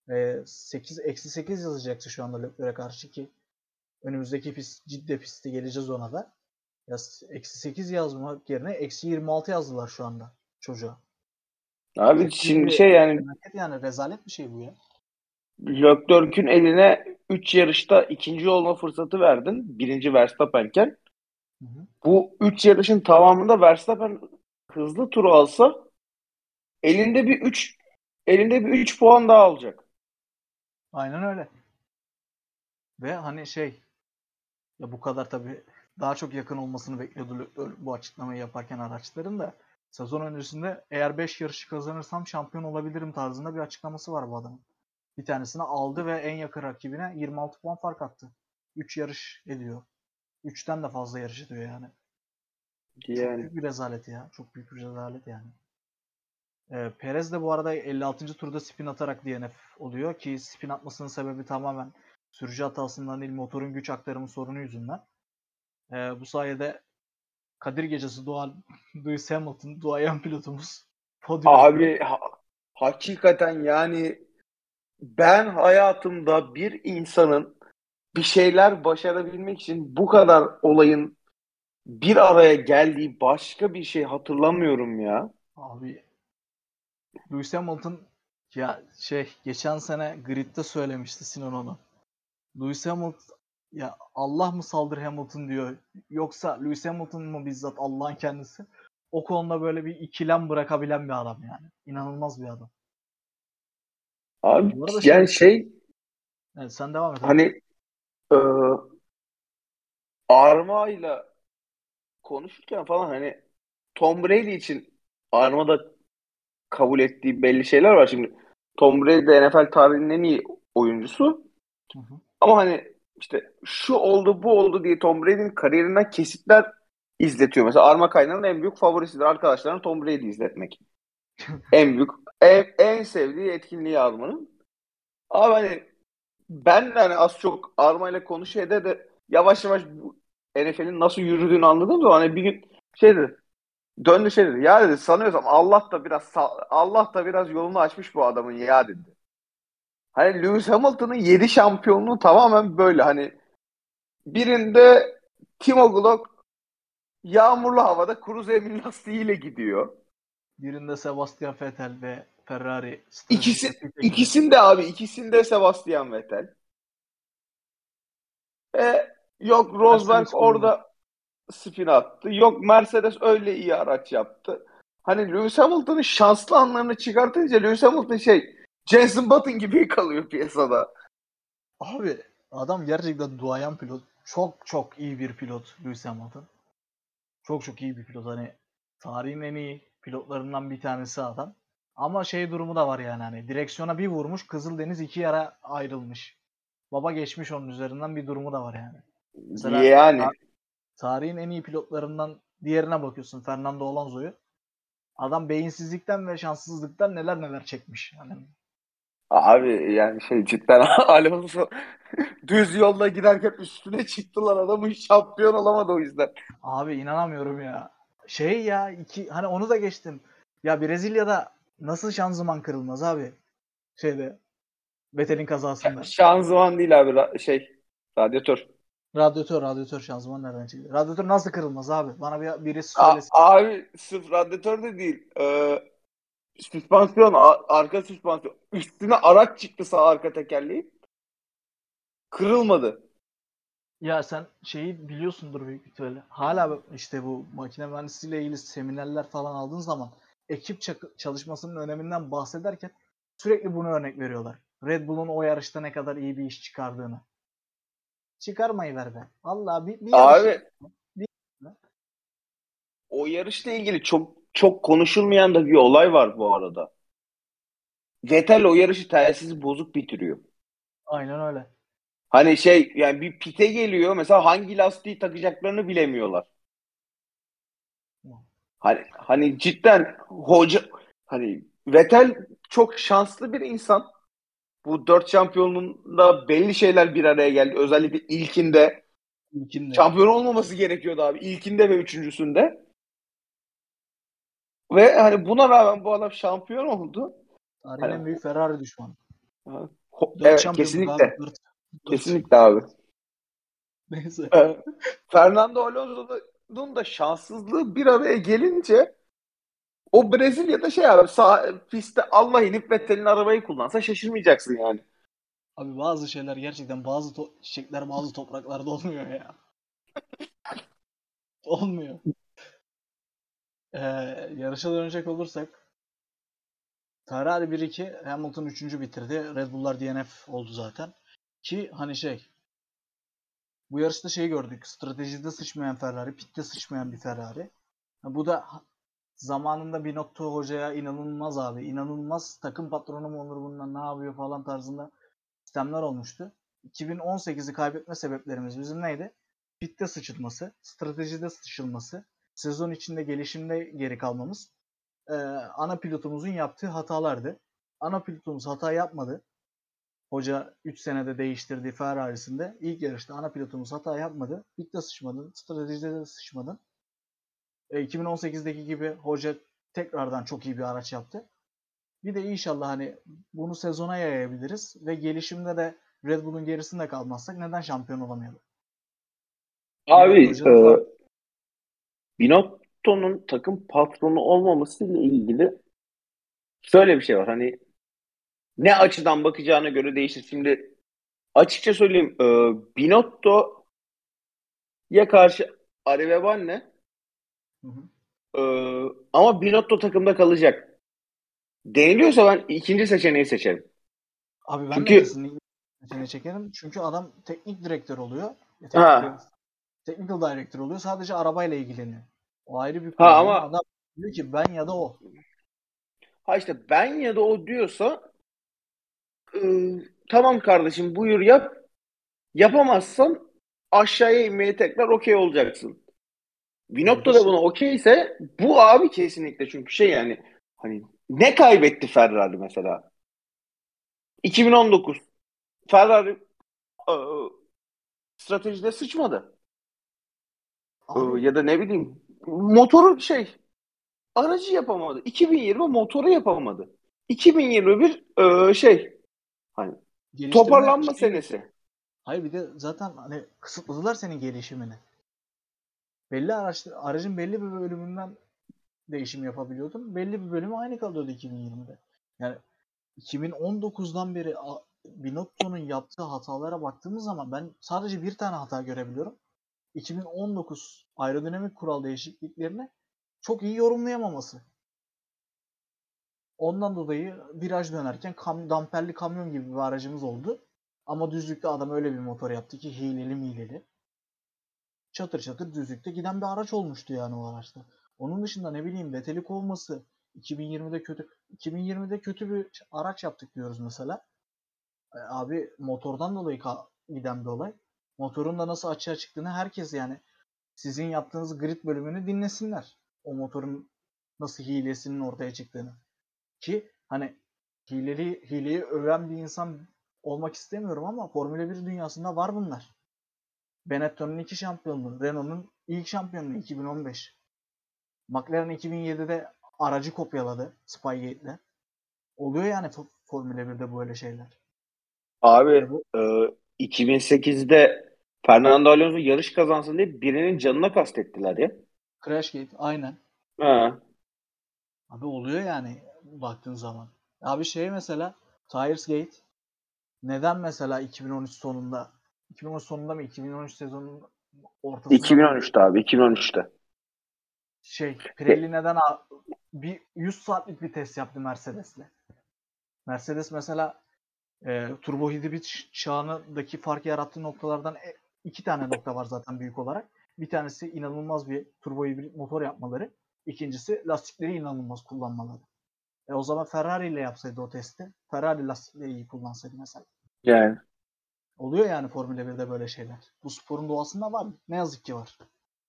-8 yazacaktı şu anda Leclerc'e karşı ki önümüzdeki pist ciddi pisti geleceğiz ona da. Ya -8 yazmak yerine -26 yazdılar şu anda çocuğa. Abi Çok büyük şimdi bir şey yani felaket yani rezalet bir şey bu ya. Leclerc'ün eline 3 yarışta ikinci olma fırsatı verdin. Birinci Verstappen'ken. Hı hı. Bu 3 yarışın tamamında Verstappen hızlı tur alsa elinde bir 3 elinde bir 3 puan daha alacak. Aynen öyle. Ve hani ya bu kadar tabii daha çok yakın olmasını bekliyordu bu açıklamayı yaparken araçların da. Sezon öncesinde eğer 5 yarışı kazanırsam şampiyon olabilirim tarzında bir açıklaması var bu adamın. Bir tanesini aldı ve en yakın rakibine 26 puan fark attı. 3 yarış ediyor. 3'ten de fazla yarış ediyor yani. Çok Yani büyük bir rezalet ya. Çok büyük bir rezalet yani. Perez de bu arada 56. turda spin atarak DNF oluyor ki spin atmasının sebebi tamamen sürücü hatasından değil motorun güç aktarımı sorunu yüzünden. Bu sayede Kadir Gecesi doğan Lewis Hamilton duayen pilotumuz podyum yapıyor. abi hakikaten yani ben hayatımda bir insanın bir şeyler başarabilmek için bu kadar olayın bir araya geldiği başka bir şey hatırlamıyorum ya. Abi Lewis Hamilton ya geçen sene Grid'de söylemişti Sinan onu. Lewis Hamilton ya Allah mı saldır Hamilton diyor. Yoksa Lewis Hamilton mı bizzat Allah'ın kendisi? O konuda böyle bir ikilem bırakabilen bir adam yani. İnanılmaz bir adam. Abi Bu arada yani şey evet, sen devam et abi. hani e, Arma'yla konuşurken falan hani Tom Brady için Arma'da kabul ettiği belli şeyler var. Şimdi Tom Brady de NFL tarihinin en iyi oyuncusu. Hı hı. Ama hani işte şu oldu bu oldu diye Tom Brady'nin kariyerinden kesitler izletiyor. Mesela Arma Kaynar'ın en büyük favorisidir arkadaşlarına Tom Brady izletmek. En büyük, en sevdiği etkinliği Arma'nın. Ama hani ben de hani az çok Arma ile konuşuyor de yavaş yavaş bu NFL'in nasıl yürüdüğünü anladığım zaman hani bir gün şey dedi, döndü şey dedi. Ya dedi sanıyorsam Allah da biraz yolunu açmış bu adamın ya dedi. Hani Lewis Hamilton'ın 7 şampiyonluğu tamamen böyle hani birinde Timo Glock yağmurlu havada kuru zemin lastiğiyle gidiyor. Birinde Sebastian Vettel ve Ferrari İkisi, stratejikle pit ekibi. ikisinde Sebastian Vettel. Yok Rosberg Mercedes grubunda. orada spin attı. Yok Mercedes öyle iyi araç yaptı. Hani Lewis Hamilton'ın şanslı anlarını çıkartınca Lewis Hamilton Jenson Button gibi kalıyor piyasada. Abi adam gerçekten duayen pilot. Çok çok iyi bir pilot Lewis Hamilton. Çok çok iyi bir pilot. Hani tarihin en iyi pilotlarından bir tanesi adam. Ama durumu da var yani hani direksiyona bir vurmuş Kızıldeniz iki yara ayrılmış. Baba geçmiş onun üzerinden bir durumu da var yani. Mesela Yani tarihin en iyi pilotlarından diğerine bakıyorsun Fernando Alonso'yu. Adam beyinsizlikten ve şanssızlıktan neler neler çekmiş. Yani abi yani cidden Alonso düz yolda giderken üstüne çıktılar adamın şampiyon olamadı o yüzden. abi inanamıyorum ya. Ya hani onu da geçtim. Ya Brezilya'da nasıl şanzıman kırılmaz abi? Şeyde Vettel'in kazasında. Şanzıman değil abi radyatör. Radyatör şanzıman nereden çıktı? Radyatör nasıl kırılmaz abi? Bana birisi söylesin. Abi sırf radyatör de değil. Süspansiyon, arka süspansiyon. Üstüne araç çıktı sağ arka tekerleği. Kırılmadı. Ya sen biliyorsundur büyük ihtimalle. Hala işte bu makine mühendisliğiyle ilgili seminerler falan aldığın zaman ekip çalışmasının öneminden bahsederken sürekli bunu örnek veriyorlar. Red Bull'un o yarışta ne kadar iyi bir iş çıkardığını. Çıkarmayı ver be. Vallahi bir yarış Abi bir o yarışla ilgili çok çok konuşulmayan da bir olay var bu arada. Vettel o yarışı telsiz bozuk bitiriyor. aynen öyle. Hani yani bir pite geliyor mesela hangi lastiği takacaklarını bilemiyorlar. Hani cidden hani Vettel çok şanslı bir insan. Bu 4 şampiyonluğunda belli şeyler bir araya geldi. Özellikle ilkinde İlkinde. şampiyon olmaması gerekiyordu abi. İlkinde ve üçüncüsünde. Ve hani buna rağmen bu adam şampiyon oldu. Tarihin Hani en büyük Ferrari düşmanı. Dört Evet, şampiyonluk abi. kesinlikle. Dört. Kesinlikle abi. Neyse. Fernando Alonso'nun da şanssızlığı bir araya gelince o Brezilya'da şey abi pistte Allah inip Vettel'in arabayı kullansa şaşırmayacaksın yani. Abi bazı şeyler gerçekten çiçekler bazı topraklarda olmuyor ya. Olmuyor. Ee, Yarışa dönecek olursak Ferrari 1-2, Hamilton 3. bitirdi. Red Bull'lar DNF oldu zaten. Ki hani bu yarışta gördük. Stratejide sıçmayan Ferrari, pitte sıçmayan bir Ferrari. Bu da zamanında Binotto hocaya inanılmaz abi. İnanılmaz takım patronu mu olur bundan ne yapıyor falan tarzında sistemler olmuştu. 2018'i kaybetme sebeplerimiz bizim neydi? Pitte sıçılması, stratejide sıçılması, sezon içinde gelişimde geri kalmamız, ana pilotumuzun yaptığı hatalardı. Ana pilotumuz hata yapmadı. Hoca 3 senede değiştirdiği Ferrari'sinde ilk yarışta ana pilotumuz hata yapmadı. Pitte sıçmadı, stratejide de sıçmadı. 2018'deki gibi hoca tekrardan çok iyi bir araç yaptı. Bir de inşallah hani bunu sezona yayabiliriz ve gelişimde de Red Bull'un gerisinde kalmazsak neden şampiyon olamayalım? Binotto Abi Hoca da fark. Binotto'nun takım patronu olmamasıyla ilgili şöyle bir şey var. Hani ne açıdan bakacağına göre değişir. Şimdi açıkça söyleyeyim, Binotto'ya karşı Arrive var ne? Hı hı. E, Ama Binotto takımda kalacak. Deniliyorsa ben ikinci seçeneği seçerim. Abi ben de Çünkü kesinlikle seni çekerim. Çünkü adam teknik direktör oluyor. ha Technical director oluyor. Sadece arabayla ilgileniyor. O ayrı bir konu ama ama adam diyor ki ben ya da o. işte ben ya da o diyorsa e, tamam kardeşim buyur yap. Yapamazsan aşağıya inmeye tekrar okey olacaksın. Abi Binotto da hiç buna okeyse bu abi kesinlikle çünkü şey yani hani ne kaybetti Ferrari mesela? 2019 Ferrari e, stratejide sıçmadı. abi Ya da ne bileyim motoru aracı yapamadı. 2020 motoru yapamadı. 2021 hani geliştirme toparlanma senesi. hayır bir de zaten hani kısıtladılar senin gelişimini. Aracın belli bir bölümünden değişim yapabiliyordun. Belli bir bölümü aynı kalıyordu 2020'de. Yani 2019'dan beri Binotto'nun yaptığı hatalara baktığımız zaman ben sadece bir tane hata görebiliyorum. 2019 aerodinamik kural değişikliklerini çok iyi yorumlayamaması. Ondan dolayı viraj dönerken damperli kamyon gibi bir aracımız oldu. Ama düzlükte adam öyle bir motor yaptı ki hileli. Çatır çatır düzlükte giden bir araç olmuştu yani o araçta. Onun dışında ne bileyim Vettel'i kovması 2020'de kötü bir araç yaptık diyoruz mesela. Abi motordan dolayı giden bir olay. Motorun da nasıl açığa çıktığını herkes yani sizin yaptığınız grid bölümünü dinlesinler. O motorun nasıl hilesinin ortaya çıktığını. Ki hani hileyi öven bir insan olmak istemiyorum ama Formula 1 dünyasında var bunlar. Benetton'un 2 şampiyonluğu, Renault'un ilk şampiyonluğu 2015. McLaren 2007'de aracı kopyaladı Spygate'le. Oluyor yani Formula 1'de böyle şeyler. Abi Bu 2008'de Fernando Alonso yarış kazansın diye birinin canına kastettiler ya. Crashgate aynen. Ha. Abi oluyor yani baktığın zaman. Abi mesela Tiresgate neden mesela 2013 sonunda mı 2013 sezonunun ortasında mı 2013'te abi 2013'te. Pirelli neden bir 100 saatlik bir test yaptı Mercedes'le. Mercedes mesela turbo hibrit çağındaki fark yarattığı noktalardan iki tane nokta var zaten büyük olarak. Bir tanesi inanılmaz bir turbo hibrit motor yapmaları. İkincisi lastikleri inanılmaz kullanmaları. O zaman Ferrari ile yapsaydı o testi. Ferrari lastikleri iyi kullansaydı mesela. Yani. Oluyor yani Formula 1'de böyle şeyler. Bu sporun doğasında var. Ne yazık ki var.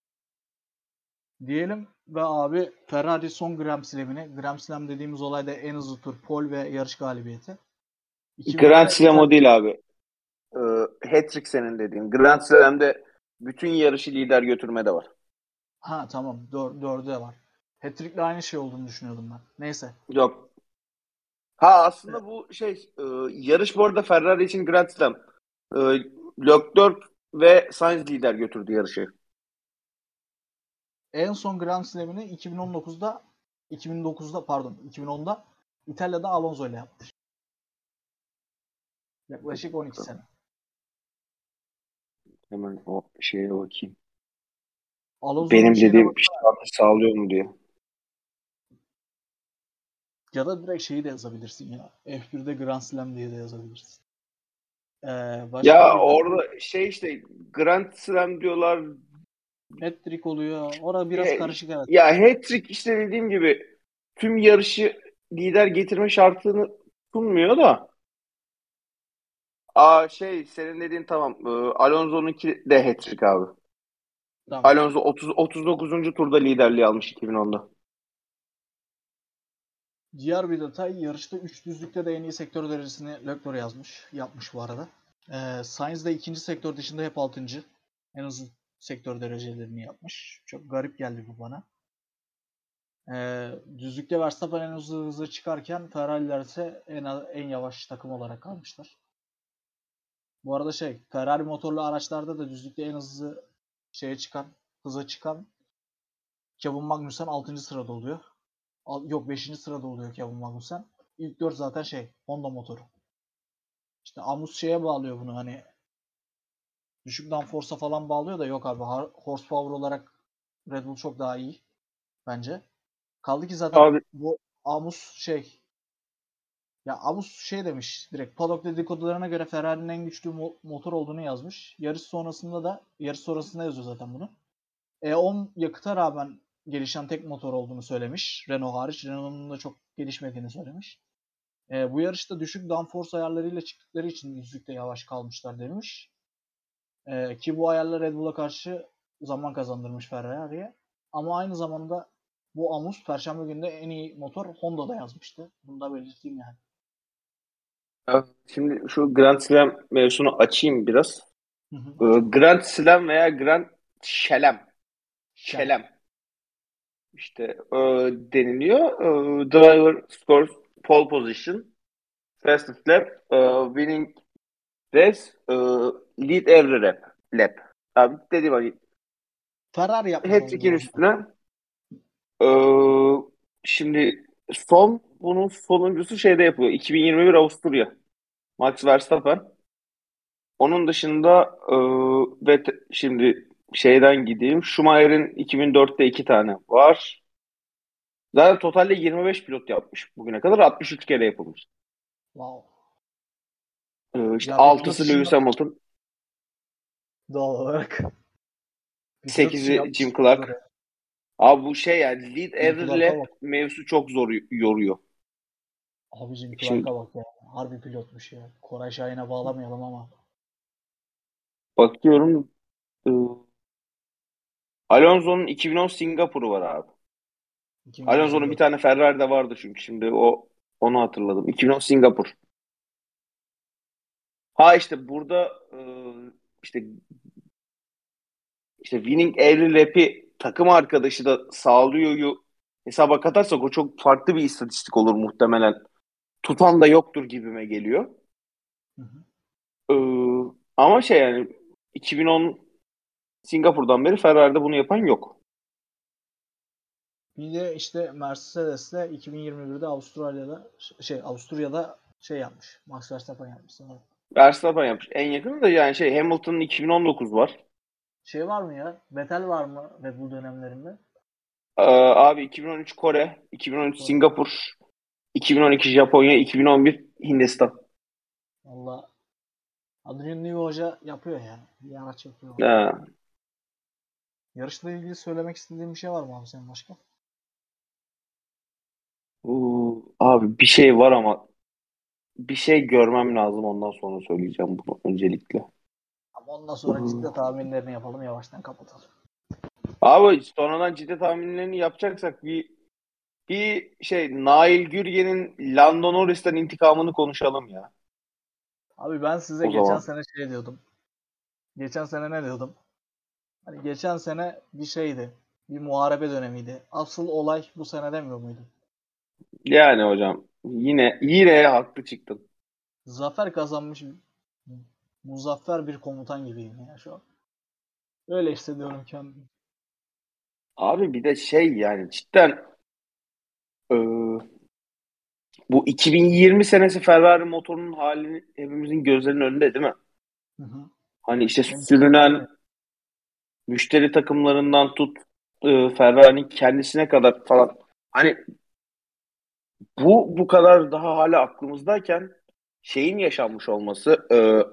Diyelim ve abi Ferrari son Grand Slam'ini. Grand Slam dediğimiz olayda en hızlı tur, pole ve yarış galibiyeti. Grand 2010'da Slam o değil abi. Hat-trick senin dediğin. Grand Slam'de bütün yarışı lider götürme de var. Ha tamam. Dördü de var. Hat-trick'le aynı şey olduğunu düşünüyordum ben. Neyse. Yok. Ha aslında bu yarış bu arada Ferrari için Grand Slam. E, Leclerc ve Sainz lider götürdü yarışı. En son Grand Slam'ini 2010'da İtalya'da Alonso ile yaptı. Yaklaşık 12 sene. Hemen o şeye bakayım. Alonso'nun Benim şeyine dediğim bak şartı sağlıyor mu diye. ya da direkt şeyi de yazabilirsin ya. F1'de Grand Slam diye de yazabilirsin. Başka Ya bir orada işte Grand Slam diyorlar. hat-trick oluyor. Orada biraz karışık, evet. Ya hat-trick işte dediğim gibi tüm yarışı lider getirme şartını sunmuyor da. Senin dediğin tamam. Alonso'nunki de hat-trick abi. Tamam. Alonso 39. turda liderliği almış 2010'da. Diğer bir detay, yarışta 3 düzlükte de en iyi sektör derecesini Leclerc yapmış bu arada. Sainz de ikinci sektör dışında hep 6. En uzun sektör derecelerini yapmış. Çok garip geldi bu bana. Düzlükte Verstappen en hızlı çıkarken Ferrari'ler ise en yavaş takım olarak kalmışlar. Bu arada Ferrari motorlu araçlarda da düzlükte en hıza çıkan Kevin Magnussen 6. sırada oluyor. Yok, 5. sırada oluyor Kevin Magnussen. İlk 4 zaten Honda motoru. İşte Amos bağlıyor bunu, hani düşük downforce'a falan bağlıyor da yok abi. Horsepower olarak Red Bull çok daha iyi bence. Kaldı ki zaten Abi bu Amos Amos demiş direkt, paddock dedikodularına göre Ferrari'nin en güçlü motor olduğunu yazmış. Yarış sonrasında yazıyor zaten bunu. E10 yakıta rağmen gelişen tek motor olduğunu söylemiş. Renault hariç. Renault'un da çok gelişmediğini söylemiş. Bu yarışta düşük downforce ayarlarıyla çıktıkları için düzlükte yavaş kalmışlar demiş. Ki bu ayarlar Red Bull'a karşı zaman kazandırmış Ferrari'ye. Ama aynı zamanda bu Amos Perşembe günü de en iyi motor Honda'da yazmıştı. Bunu da belirteyim yani. şimdi şu Grand Slam mevzusunu açayım biraz. Hı hı, aç bakalım. Grand Slam veya Grand Slam. Şelem. Slam. İşte deniliyor. Driver scores pole position, fastest lap, winning race, lead every lap. Abi dediğim hani Ferrari yapmış oldu hat-trick'in biraz da. üstüne e, şimdi bunun sonuncusu yapıyor. 2021 Avusturya. Max Verstappen. Onun dışında şimdi şeyden gideyim. Schumacher'in 2004'te 2 tane var. Zaten totalde 25 pilot yapmış bugüne kadar. 63 kere yapılmış. Wow. İşte Ya bir pilot 6'sı için Lewis Hamilton, doğal olarak bir pilot için 8'i Jim yapmış zor Clark. ya. Abi bu yani lead Jim every Clark'a lap bak. mevzusu çok zor yoruyor. Abi Jim Şimdi Clark'a bak ya. Harbi pilotmuş ya. Koray Şahin'e bağlamayalım ama. bakıyorum e, Alonso'nun 2010 Singapur'u var abi. 2010 Alonso'nun bir Singapur. tane Ferrari'de vardı çünkü şimdi onu hatırladım. 2010 Singapur. Ha işte burada işte winning every lap'i takım arkadaşı da sağlıyor hesaba katarsak o çok farklı bir istatistik olur muhtemelen. Tutan da yoktur gibime geliyor. Hı hı. Ee, ama yani 2010 Singapur'dan beri Ferrari'de bunu yapan yok. Bir de işte Mercedes'le 2021'de Avusturya'da yapmış. Max Verstappen yapmış sanırım. Verstappen yapmış. En yakını da yani Hamilton'ın 2019 var. Var mı ya? Vettel var mı Red Bull dönemlerinde? Abi 2013 Kore, 2013 Kore. Singapur, 2012 Japonya, 2011 Hindistan. Valla Adrian Newey Hoca yapıyor ya. Bir araç yapıyor valla. Ha, Yarışla ilgili söylemek istediğin bir şey var mı abi senin başka? abi bir şey var ama bir şey görmem lazım ondan sonra söyleyeceğim bunu öncelikle. Ama ondan sonra ciddi Uu. tahminlerini yapalım, yavaştan kapatalım. Abi sonradan ciddi tahminlerini yapacaksak bir Nail Gürgen'in Lando Norris'ten intikamını konuşalım ya Abi ben size o geçen zaman. sene diyordum. Geçen sene ne diyordum? Hani geçen sene bir şeydi. Bir muharebe dönemiydi. Asıl olay bu sene demiyor muydum? Yani hocam Yine haklı çıktın. Zafer kazanmış muzaffer bir komutan gibiyim ya şu an. Öyle hissediyorum kendimi. Abi bir de şey yani cidden bu 2020 senesi Ferrari motorunun halini hepimizin gözlerinin önünde değil mi? Hı hı. Hani işte En çok sürünen evet. müşteri takımlarından tut Ferrari'nin kendisine kadar falan. Hani bu kadar daha hala aklımızdayken şeyin yaşanmış olması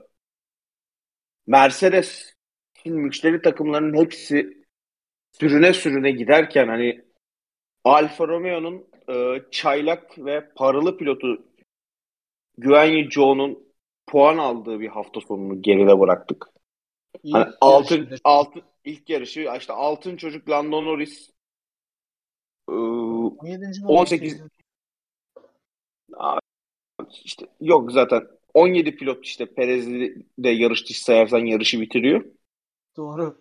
Mercedes'in müşteri takımlarının hepsi sürüne sürüne giderken hani Alfa Romeo'nun çaylak ve paralı pilotu Guan Yu Zhou'nun puan aldığı bir hafta sonunu geride bıraktık. Hani İlk yarışı bir de şu an. altın ilk yarışı işte altın çocuk Lando Norris e, 17. mi oldu? 18 18. işte yok zaten 17 pilot işte Perez'i de yarış dışı sayarsan yarışı bitiriyor. Doğru.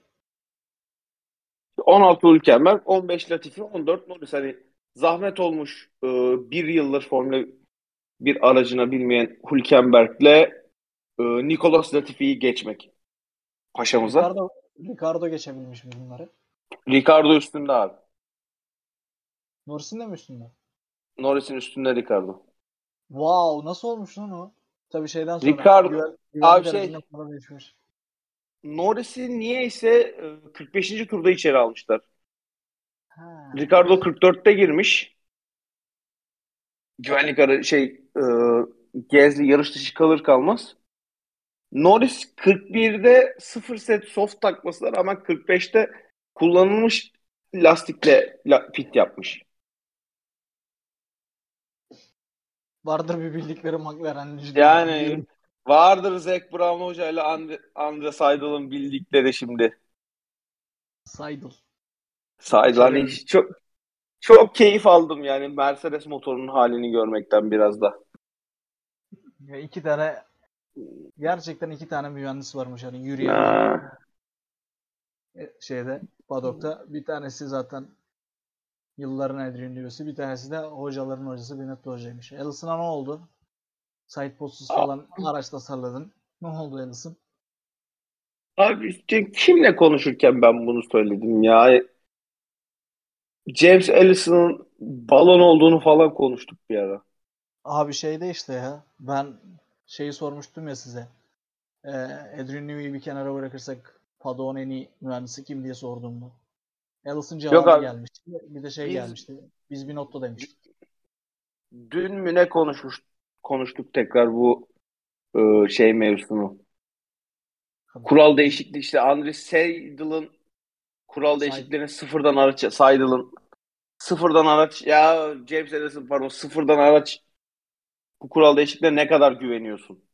16 Hülkenberg, 15 Latifi, 14 Norris. Hani zahmet olmuş bir yıldır Formula bir aracına binmeyen Hülkenberg'le Nicolas Latifi'yi geçmek paşamıza. Ricardo geçebilmiş mi bunları? Ricardo üstünde abi. Norris'in de mi üstünde? Norris'in üstünde Ricardo. Wow, nasıl olmuş lan o? Tabii şeyden sonra Ricardo abi güvenlik şey aracından sonra değişmiş. Norris'i niyeyse 45. turda içeri almışlar. Ha. Ricardo 44'te girmiş. Güvenlik aracı Gezli yarış dışı kalır kalmaz. Norris 41'de 0 set soft takmasına rağmen 45'te kullanılmış lastikle pit yapmış. Vardır bir bildikleri McLaren'ci Yani diyelim. vardır Zac Brown Hoca ile Andre Seidel'ın bildikleri şimdi. Seidel. Seidel hani İçeri. çok keyif aldım yani Mercedes motorunun halini görmekten biraz da. Ya iki tane gerçekten iki tane mühendis varmış hani yürüyebilen Ha, şeyde padokta. Bir tanesi zaten yılların Adrian Newey'si, bir tanesi de hocaların hocası Binotto hocaymış. Allison'a ne oldu? Sidepodsuz falan araç tasarladın. Ne oldu Allison? abi işte kimle konuşurken ben bunu söyledim ya. James Allison'ın balon olduğunu falan konuştuk bir ara. Abi şeyde işte ya ben şeyi sormuştum ya size. Adrian Newey'i bir kenara bırakırsak Paddock'un en iyi mühendisi kim diye sorduğumda. Allison Yok cevabı abi gelmişti. Bir de şey biz gelmişti. Biz Binotto demiştik. dün mü ne konuştuk tekrar bu şey mevzusunu. Kural değişikliği işte Andres Seidel'ın kural Side. değişikliklerini sıfırdan araç ya James Allison pardon sıfırdan araç bu kural değişikliğine ne kadar güveniyorsun?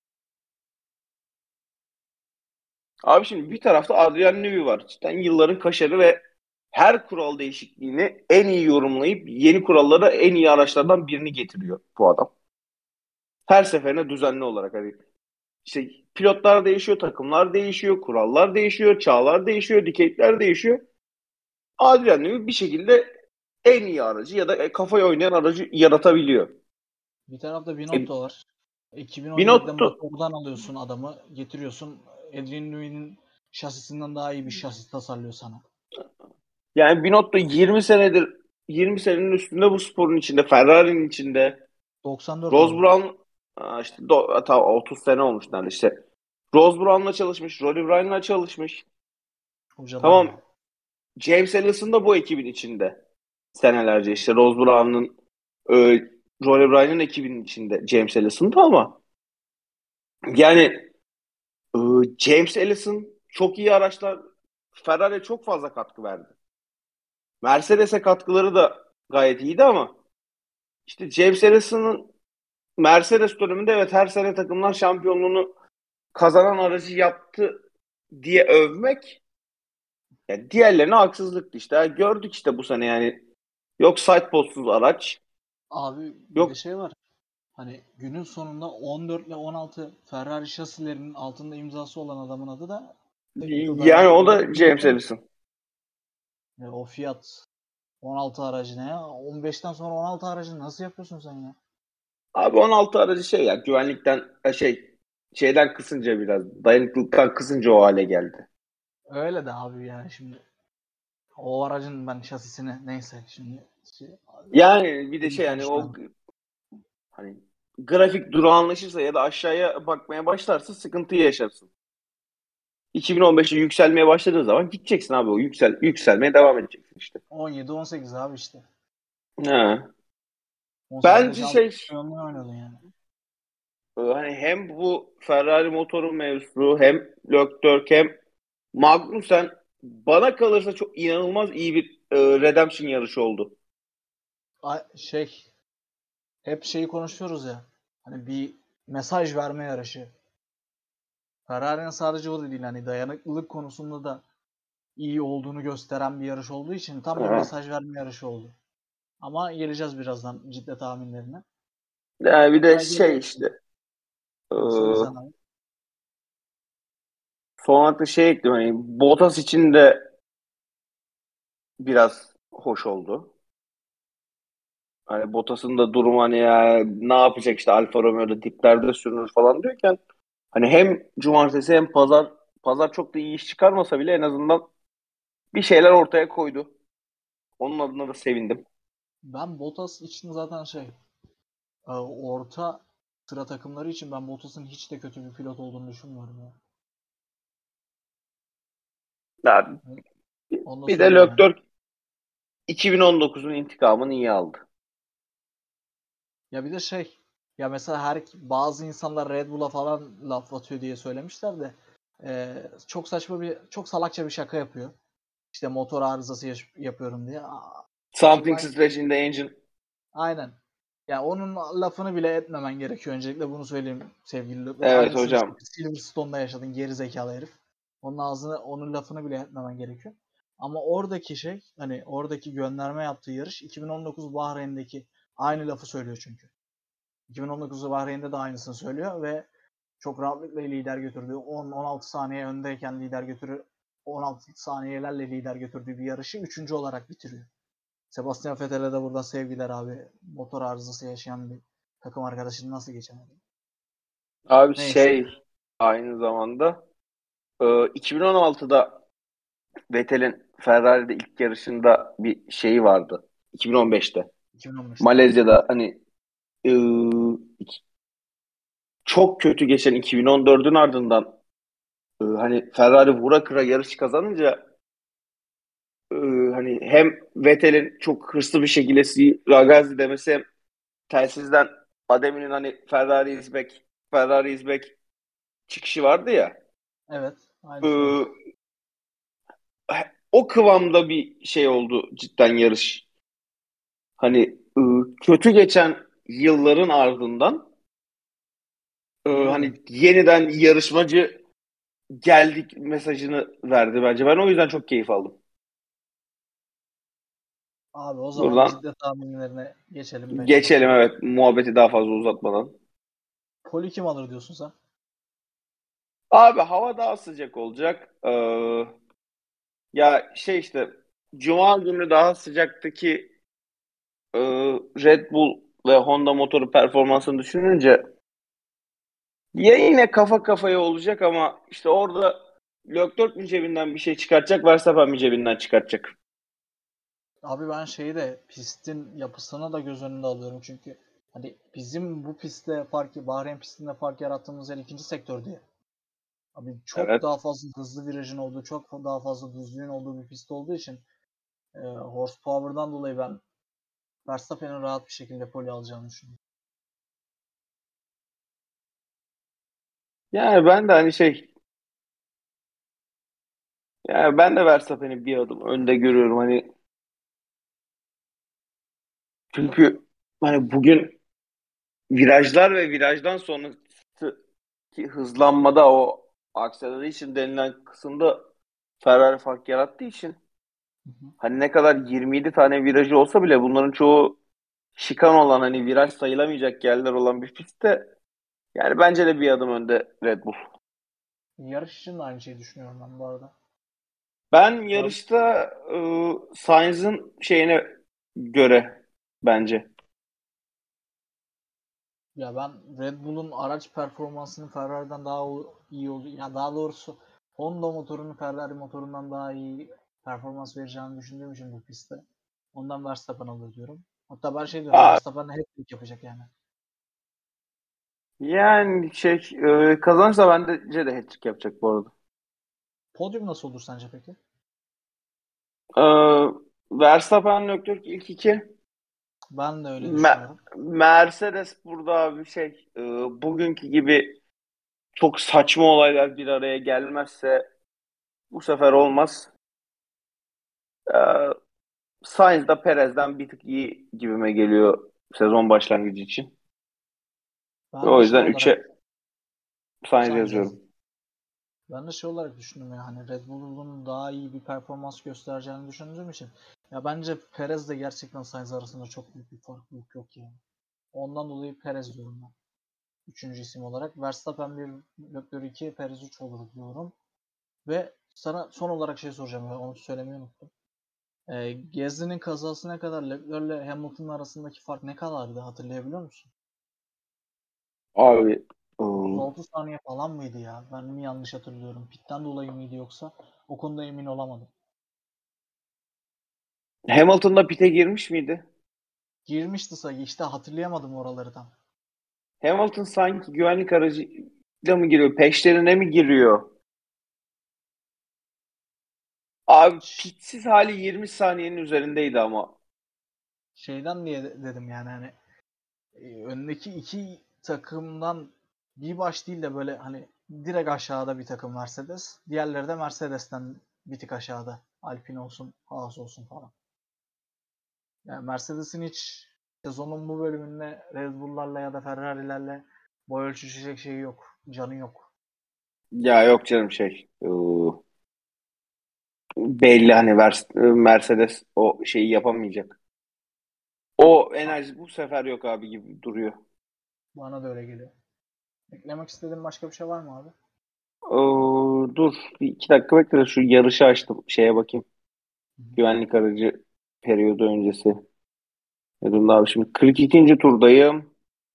Abi şimdi bir tarafta Adrian Newey var. Cidden yılların kaşarı ve her kural değişikliğini en iyi yorumlayıp yeni kurallara en iyi araçlardan birini getiriyor bu adam. Her seferinde düzenli olarak hani işte pilotlar değişiyor, takımlar değişiyor, kurallar değişiyor, çağlar değişiyor, dikeyler değişiyor. Adrian Newey bir şekilde en iyi aracı ya da kafayı oynayan aracı yaratabiliyor. Bir tarafta E, Binotto var. 2017'de Binotto motordan alıyorsun adamı, getiriyorsun. Adrian Newey'nin şasisinden daha iyi bir şasi tasarlıyor sana. yani Binotto 20 senenin üstünde bu sporun içinde, Ferrari'nin içinde. 94 Rose abi. Brown işte hatta 30 sene olmuş neredeyse. Rose Brown'la çalışmış, Rory Bryan'la çalışmış. Hocalar Tamam. ya. James Allison da bu ekibin içinde. Senelerce işte Rose Brown'ın e, Rory Bryan'ın ekibinin içinde James Allison da ama yani e, James Allison çok iyi araçlar Ferrari'ye çok fazla katkı verdi. Mercedes'e katkıları da gayet iyiydi ama işte James Allison'ın Mercedes döneminde evet her sene takımlar şampiyonluğunu kazanan aracı yaptı diye övmek yani diğerlerine haksızlıktı işte. Yani gördük işte bu sene yani yok sidepodsuz araç Abi bir de yok şey var. Hani günün sonunda 14 ile 16 Ferrari şasilerinin altında imzası olan adamın adı da Technical yani o Director da James Allison. o Fiat 16 aracı ne ya? 15'ten sonra 16 aracı nasıl yapıyorsun sen ya? Abi 16 aracı şey ya güvenlikten şeyden kısınca biraz dayanıklılıktan kısınca o hale geldi. Öyle de abi yani şimdi o aracın ben şasisini neyse şimdi Yani bir de şey yani o konuşmayalım. hani grafik durağanlaşırsa ya da aşağıya bakmaya başlarsa sıkıntı yaşarsın. 2015'te yükselmeye başladığı zaman gideceksin abi o yükselmeye devam edeceksin işte. 17-18 abi işte. Ha. 18'de Bence şampiyonluğu oynadın yani. hani hem bu Ferrari motoru mevzusu hem Leclerc hem Magnussen bana kalırsa çok inanılmaz iyi bir redemption yarışı oldu. Hep şeyi konuşuyoruz ya. Hani bir mesaj verme yarışı. Ferrari'nin sadece o da değil. Hani dayanıklılık konusunda da iyi olduğunu gösteren bir yarış olduğu için tam bir Ha. mesaj verme yarışı oldu. Ama geleceğiz birazdan ciddi tahminlerine. Yani bir de şey Gelelim. işte e, Söyle sen abi. son hakta şey ekledim hani Bottas için de biraz hoş oldu. Hani Bottas'ın da durumu hani ya ne yapacak işte Alfa Romeo'da diplerde sürünür falan diyorken hani hem cumartesi hem pazar çok da iyi iş çıkarmasa bile en azından bir şeyler ortaya koydu. Onun adına da sevindim. Ben Bottas için zaten orta sıra takımları için ben Bottas'ın hiç de kötü bir pilot olduğunu düşünmüyorum ya. Ya, Onu da bir de söyleyeyim yani. Leclerc 2019'un intikamını iyi aldı. Ya bir de ya mesela bazı insanlar Red Bull'a falan laf atıyor diye söylemişler de çok çok salakça bir şaka yapıyor. İşte motor arızası yapıyorum diye. Şimdi Something ben strange in the engine. aynen. Ya onun lafını bile etmemen gerekiyor. Öncelikle bunu söyleyeyim sevgili Lökler. Evet Aynısını hocam. Silverstone'da yaşadın geri zekalı herif. Onun lafını bile etmemen gerekiyor. Ama oradaki hani oradaki gönderme yaptığı yarış 2019 Bahreyn'deki aynı lafı söylüyor çünkü. 2019 Bahreyn'de de aynısını söylüyor ve çok rahatlıkla lider götürdüğü 10-16 saniye öndeyken 16 saniyelerle lider götürdüğü bir yarışı 3. olarak bitiriyor. Sebastian Vettel'e de buradan sevgiler abi. Motor arızası yaşayan bir takım arkadaşını nasıl geçemedi? Abi Neyse. aynı zamanda 2016'da Vettel'in Ferrari'de ilk yarışında bir şeyi vardı. 2015'te. 2015'te evet. Malezya'da hani e, çok kötü geçen 2014'ün ardından hani Ferrari vura kıra yarış kazanınca e, hani hem Vettel'in çok hırslı bir şekilde Ragazzi demesi hem telsizden Adem'in hani Ferrari is back çıkışı vardı ya. Evet. Aynısı oldu. e, O kıvamda bir şey oldu cidden yarış. Hani kötü geçen yılların ardından Öyle. hani yeniden yarışmacı geldik mesajını verdi bence. Ben o yüzden çok keyif aldım. Abi o zaman Buradan ciddi tahminlerine geçelim bence geçelim haftanın. evet muhabbeti daha fazla uzatmadan. Poli kim alır diyorsun sen? Abi hava daha sıcak olacak. Ya işte Cuma günü daha sıcaktaki e, Red Bull ve Honda motoru performansını düşününce ya yine kafa kafaya olacak ama işte orada Leclerc mi cebinden bir şey çıkartacak, Verstappen mi cebinden çıkartacak? Abi ben pistin yapısını da göz önünde alıyorum çünkü hani bizim bu Bahreyn pistinde fark yarattığımız yer ikinci sektör diye. Abi çok daha Evet. fazla hızlı virajın olduğu, çok daha fazla düzlüğün olduğu bir pist olduğu için horsepower'dan dolayı ben Verstappen'in rahat bir şekilde pole alacağını düşünüyorum. Yani ben de hani yani ben de Verstappen'i bir adım önde görüyorum hani çünkü hani bugün virajlar ve virajdan sonraki hızlanmada o acceleration denilen kısımda Ferrari fark yarattığı için Hı hı. hani ne kadar 27 tane virajı olsa bile bunların çoğu şikan olan hani viraj sayılamayacak yerler olan bir pistte yani bence de bir adım önde Red Bull. Yarış için de aynı şeyi düşünüyorum ben bu arada. Ben Abi, yarışta Sainz'ın şeyine göre bence. Ya ben Red Bull'un araç performansının Ferrari'den daha iyi olduğu, ya daha doğrusu Honda motorunun Ferrari motorundan daha iyi performans vereceğini düşündüğüm için bu pistte. Ondan Verstappen alır diyorum. Hatta ben şey diyorum, Aa, Verstappen hat-trick yapacak yani. yani kazanırsa bence de hat-trick yapacak bu arada. Podyum nasıl olur sence peki? Ee, Verstappen, Leclerc ilk iki. Ben de öyle Me- düşünüyorum. Mercedes burada bir bugünkü gibi çok saçma olaylar bir araya gelmezse bu sefer olmaz. Ee, Sainz da Perez'den bir tık iyi gibime geliyor sezon başlangıcı için. Ben O de şey yüzden olarak 3'e Sainz Sainz yazıyorum. yazdım. Ben de şey olarak düşündüm ya, hani Red Bull'un daha iyi bir performans göstereceğini düşündüğüm için. Ya bence Perez de gerçekten Sainz arasında çok büyük bir farklılık yok yani. Ondan dolayı Perez diyorum ben. Üçüncü isim olarak. Verstappen 1, Leclerc 2, Perez 3 olur diyorum. Ve sana son olarak şey soracağım ya, onu söylemeyi unuttum. Gasly'nin kazasına kadar Leclerc ile Hamilton arasındaki fark ne kadardı, hatırlayabiliyor musun? Abi 36 saniye falan mıydı ya? Ben mi yanlış hatırlıyorum? Pitten dolayı mıydı yoksa? O konuda emin olamadım. Hamilton da pit'e girmiş miydi? Girmişti sayı, işte hatırlayamadım oraları tam. Hamilton sanki güvenlik aracıyla mı giriyor? Peşlerine mi giriyor? Abi pitsiz hali 20 saniyenin üzerindeydi ama. Şeyden diye dedim yani, hani öndeki iki takımdan bir baş değil de böyle hani direkt aşağıda bir takım Mercedes. Diğerleri de Mercedes'ten bir tık aşağıda. Alpine olsun, Haas olsun falan. Yani Mercedes'in hiç sezonun bu bölümünde Red Bull'larla ya da Ferrari'lerle boy ölçüşecek şeyi yok. Canı yok. Ya yok canım belli hani Mercedes o şeyi yapamayacak. O Ha, enerji bu sefer yok abi gibi duruyor. bana da öyle geliyor. Eklemek istediğin başka bir şey var mı abi? Dur bir 2 dakika bekle de şu yarışı açtım. Şeye bakayım. Hı hı. Güvenlik aracı periyodu öncesi. Ne durumda abi şimdi 42. turdayım.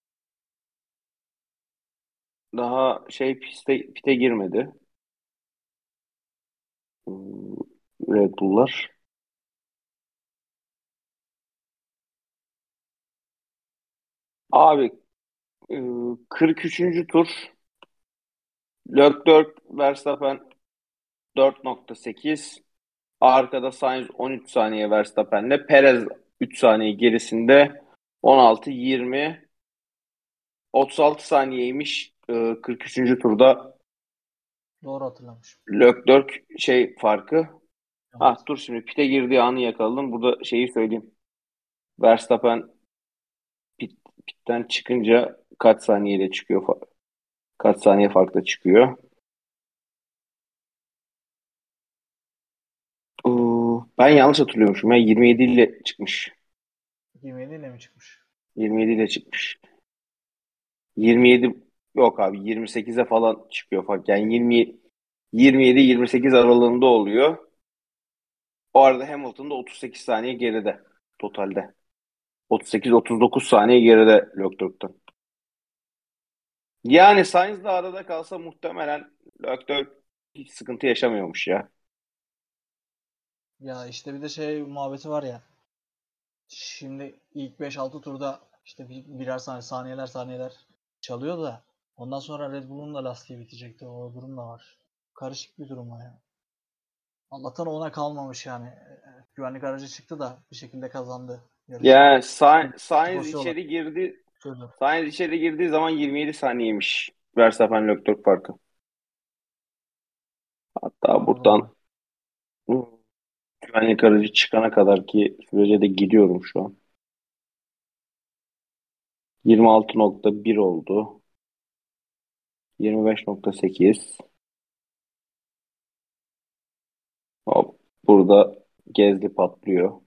Daha pite girmedi. Hmm, Red Bull'lar. Abi 43. tur Leclerc Verstappen 4.8. Arkada Sainz 13 saniye Verstappen'le. Perez 3 saniye gerisinde 16, 20, 36 saniyeymiş 43. turda Doğru hatırlamışım. Leclerc farkı. Ah Evet. dur şimdi pite girdiği anı yakaladım. Burada şeyi söyleyeyim. Verstappen pitten çıkınca kaç saniyeyle çıkıyor? Kaç saniye farkla çıkıyor? Ben yanlış hatırlıyormuşum. 27 ile çıkmış. 27 ile mi çıkmış? 27 ile çıkmış. 27 yok abi 28'e falan çıkıyor fark. Yani 27-28 aralığında oluyor. O arada Hamilton da 38 saniye geride totalde. 38-39 saniye geride Leclerc'ten. Yani Sainz de arada kalsa muhtemelen Leclerc hiç sıkıntı yaşamıyormuş ya. Ya işte bir de şey muhabbeti var ya. Şimdi ilk 5-6 turda işte birer saniyeler çalıyor da ondan sonra Red Bull'un da lastiği bitecekti. O durum da var. Karışık bir durum var ya. Allah'tan ona kalmamış yani. Güvenlik aracı çıktı da bir şekilde kazandı yarışı. Yani Sainz Tifosi olarak içeri girdi. söylüyorum. Sainz içeri girdiği zaman 27 saniyeymiş Verstappen Leclerc farkı. Hatta Anladım abi. buradan güvenlik aracı çıkana kadar ki sürece de gidiyorum şu an. 26.1 oldu. 25.8. Hop. Burada Gezli patlıyor.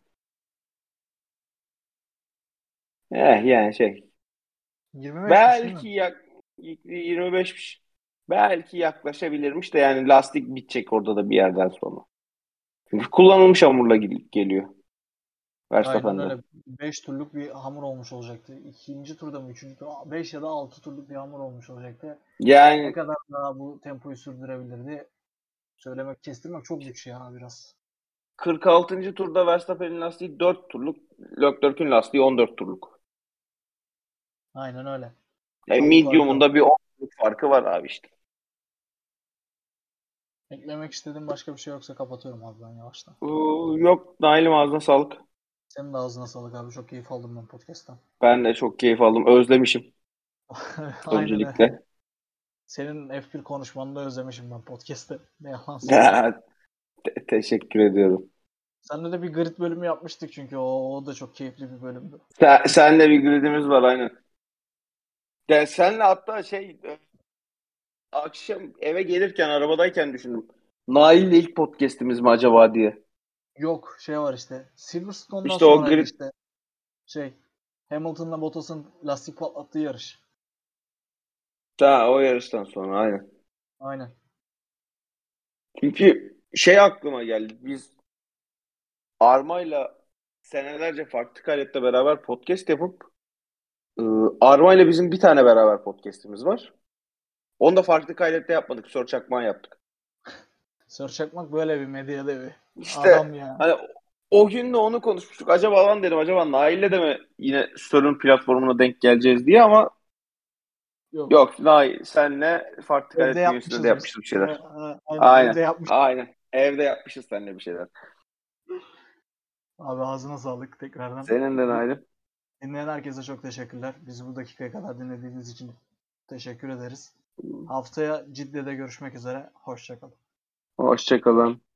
Yani belki 25'miş değil mi? 25'miş. Belki yaklaşabilirmiş de yani lastik bitecek orada da bir yerden sonra. Çünkü kullanılmış hamurla geliyor. Aynen Verstappen'de. öyle. 5 turluk bir hamur olmuş olacaktı. İkinci turda mı? Üçüncü turda 5 ya da 6 turluk bir hamur olmuş olacaktı. Ne Yani kadar daha bu tempoyu sürdürebilirdi? Söylemek, kestirmek çok güç ya biraz. 46. turda Verstappen'in lastiği 4 turluk, Leclerc'in lastiği 14 turluk. Aynen öyle. Yani Tabii farkı var. medium'unda bir 10 turluk farkı var abi işte. Eklemek istediğim başka bir şey yoksa kapatıyorum abi ben yavaştan. Yok Nail'im ağzına sağlık. Senin de ağzına sağlık abi. Çok keyif aldım ben podcast'tan. Ben de çok keyif aldım. Özlemişim Aynen öyle. öncelikle. Senin F1 konuşmanı da özlemişim ben podcast'te. Ne yalan söyleyeyim. Teşekkür ediyorum. Seninle de bir grid bölümü yapmıştık çünkü o da çok keyifli bir bölümdü. Senle bir gridimiz var aynen. Yani senle hatta akşam eve gelirken arabadayken düşündüm. Nail'le ilk podcast'imiz mi acaba diye. Yok şey var işte. Silverstone'dan İşte o sonraydı grid işte. Şey Hamilton'la Bottas'ın lastik patlattığı yarış. o yarıştan sonra aynen. Aynen. Çünkü aklıma geldi. Biz Arma'yla senelerce farklı kaydetle beraber podcast yapıp e, Arma'yla bizim bir tane beraber podcast'imiz var. Onu da farklı kaydette yapmadık. Sör Çakman yaptık. Sör Çakmak böyle bir medya devi. İşte Adam ya. hani o gün de onu konuşmuştuk. Acaba lan dedim acaba Nail'le de mi yine Sör'ün platformuna denk geleceğiz diye ama Yok. yok Nail senle farklı Evde kaydet bünyesinde de yapmışız biz. yapmıştık bir şeyler. Aynen evde Aynen. yapmışız. Aynen. Evde yapmışız seninle bir şeyler. Abi ağzına sağlık tekrardan. Senin de Nail'im. Dinleyen herkese çok teşekkürler. Bizi bu dakikaya kadar dinlediğiniz için teşekkür ederiz. Haftaya Cidde'de görüşmek üzere. Hoşçakalın. Hoşça kalın.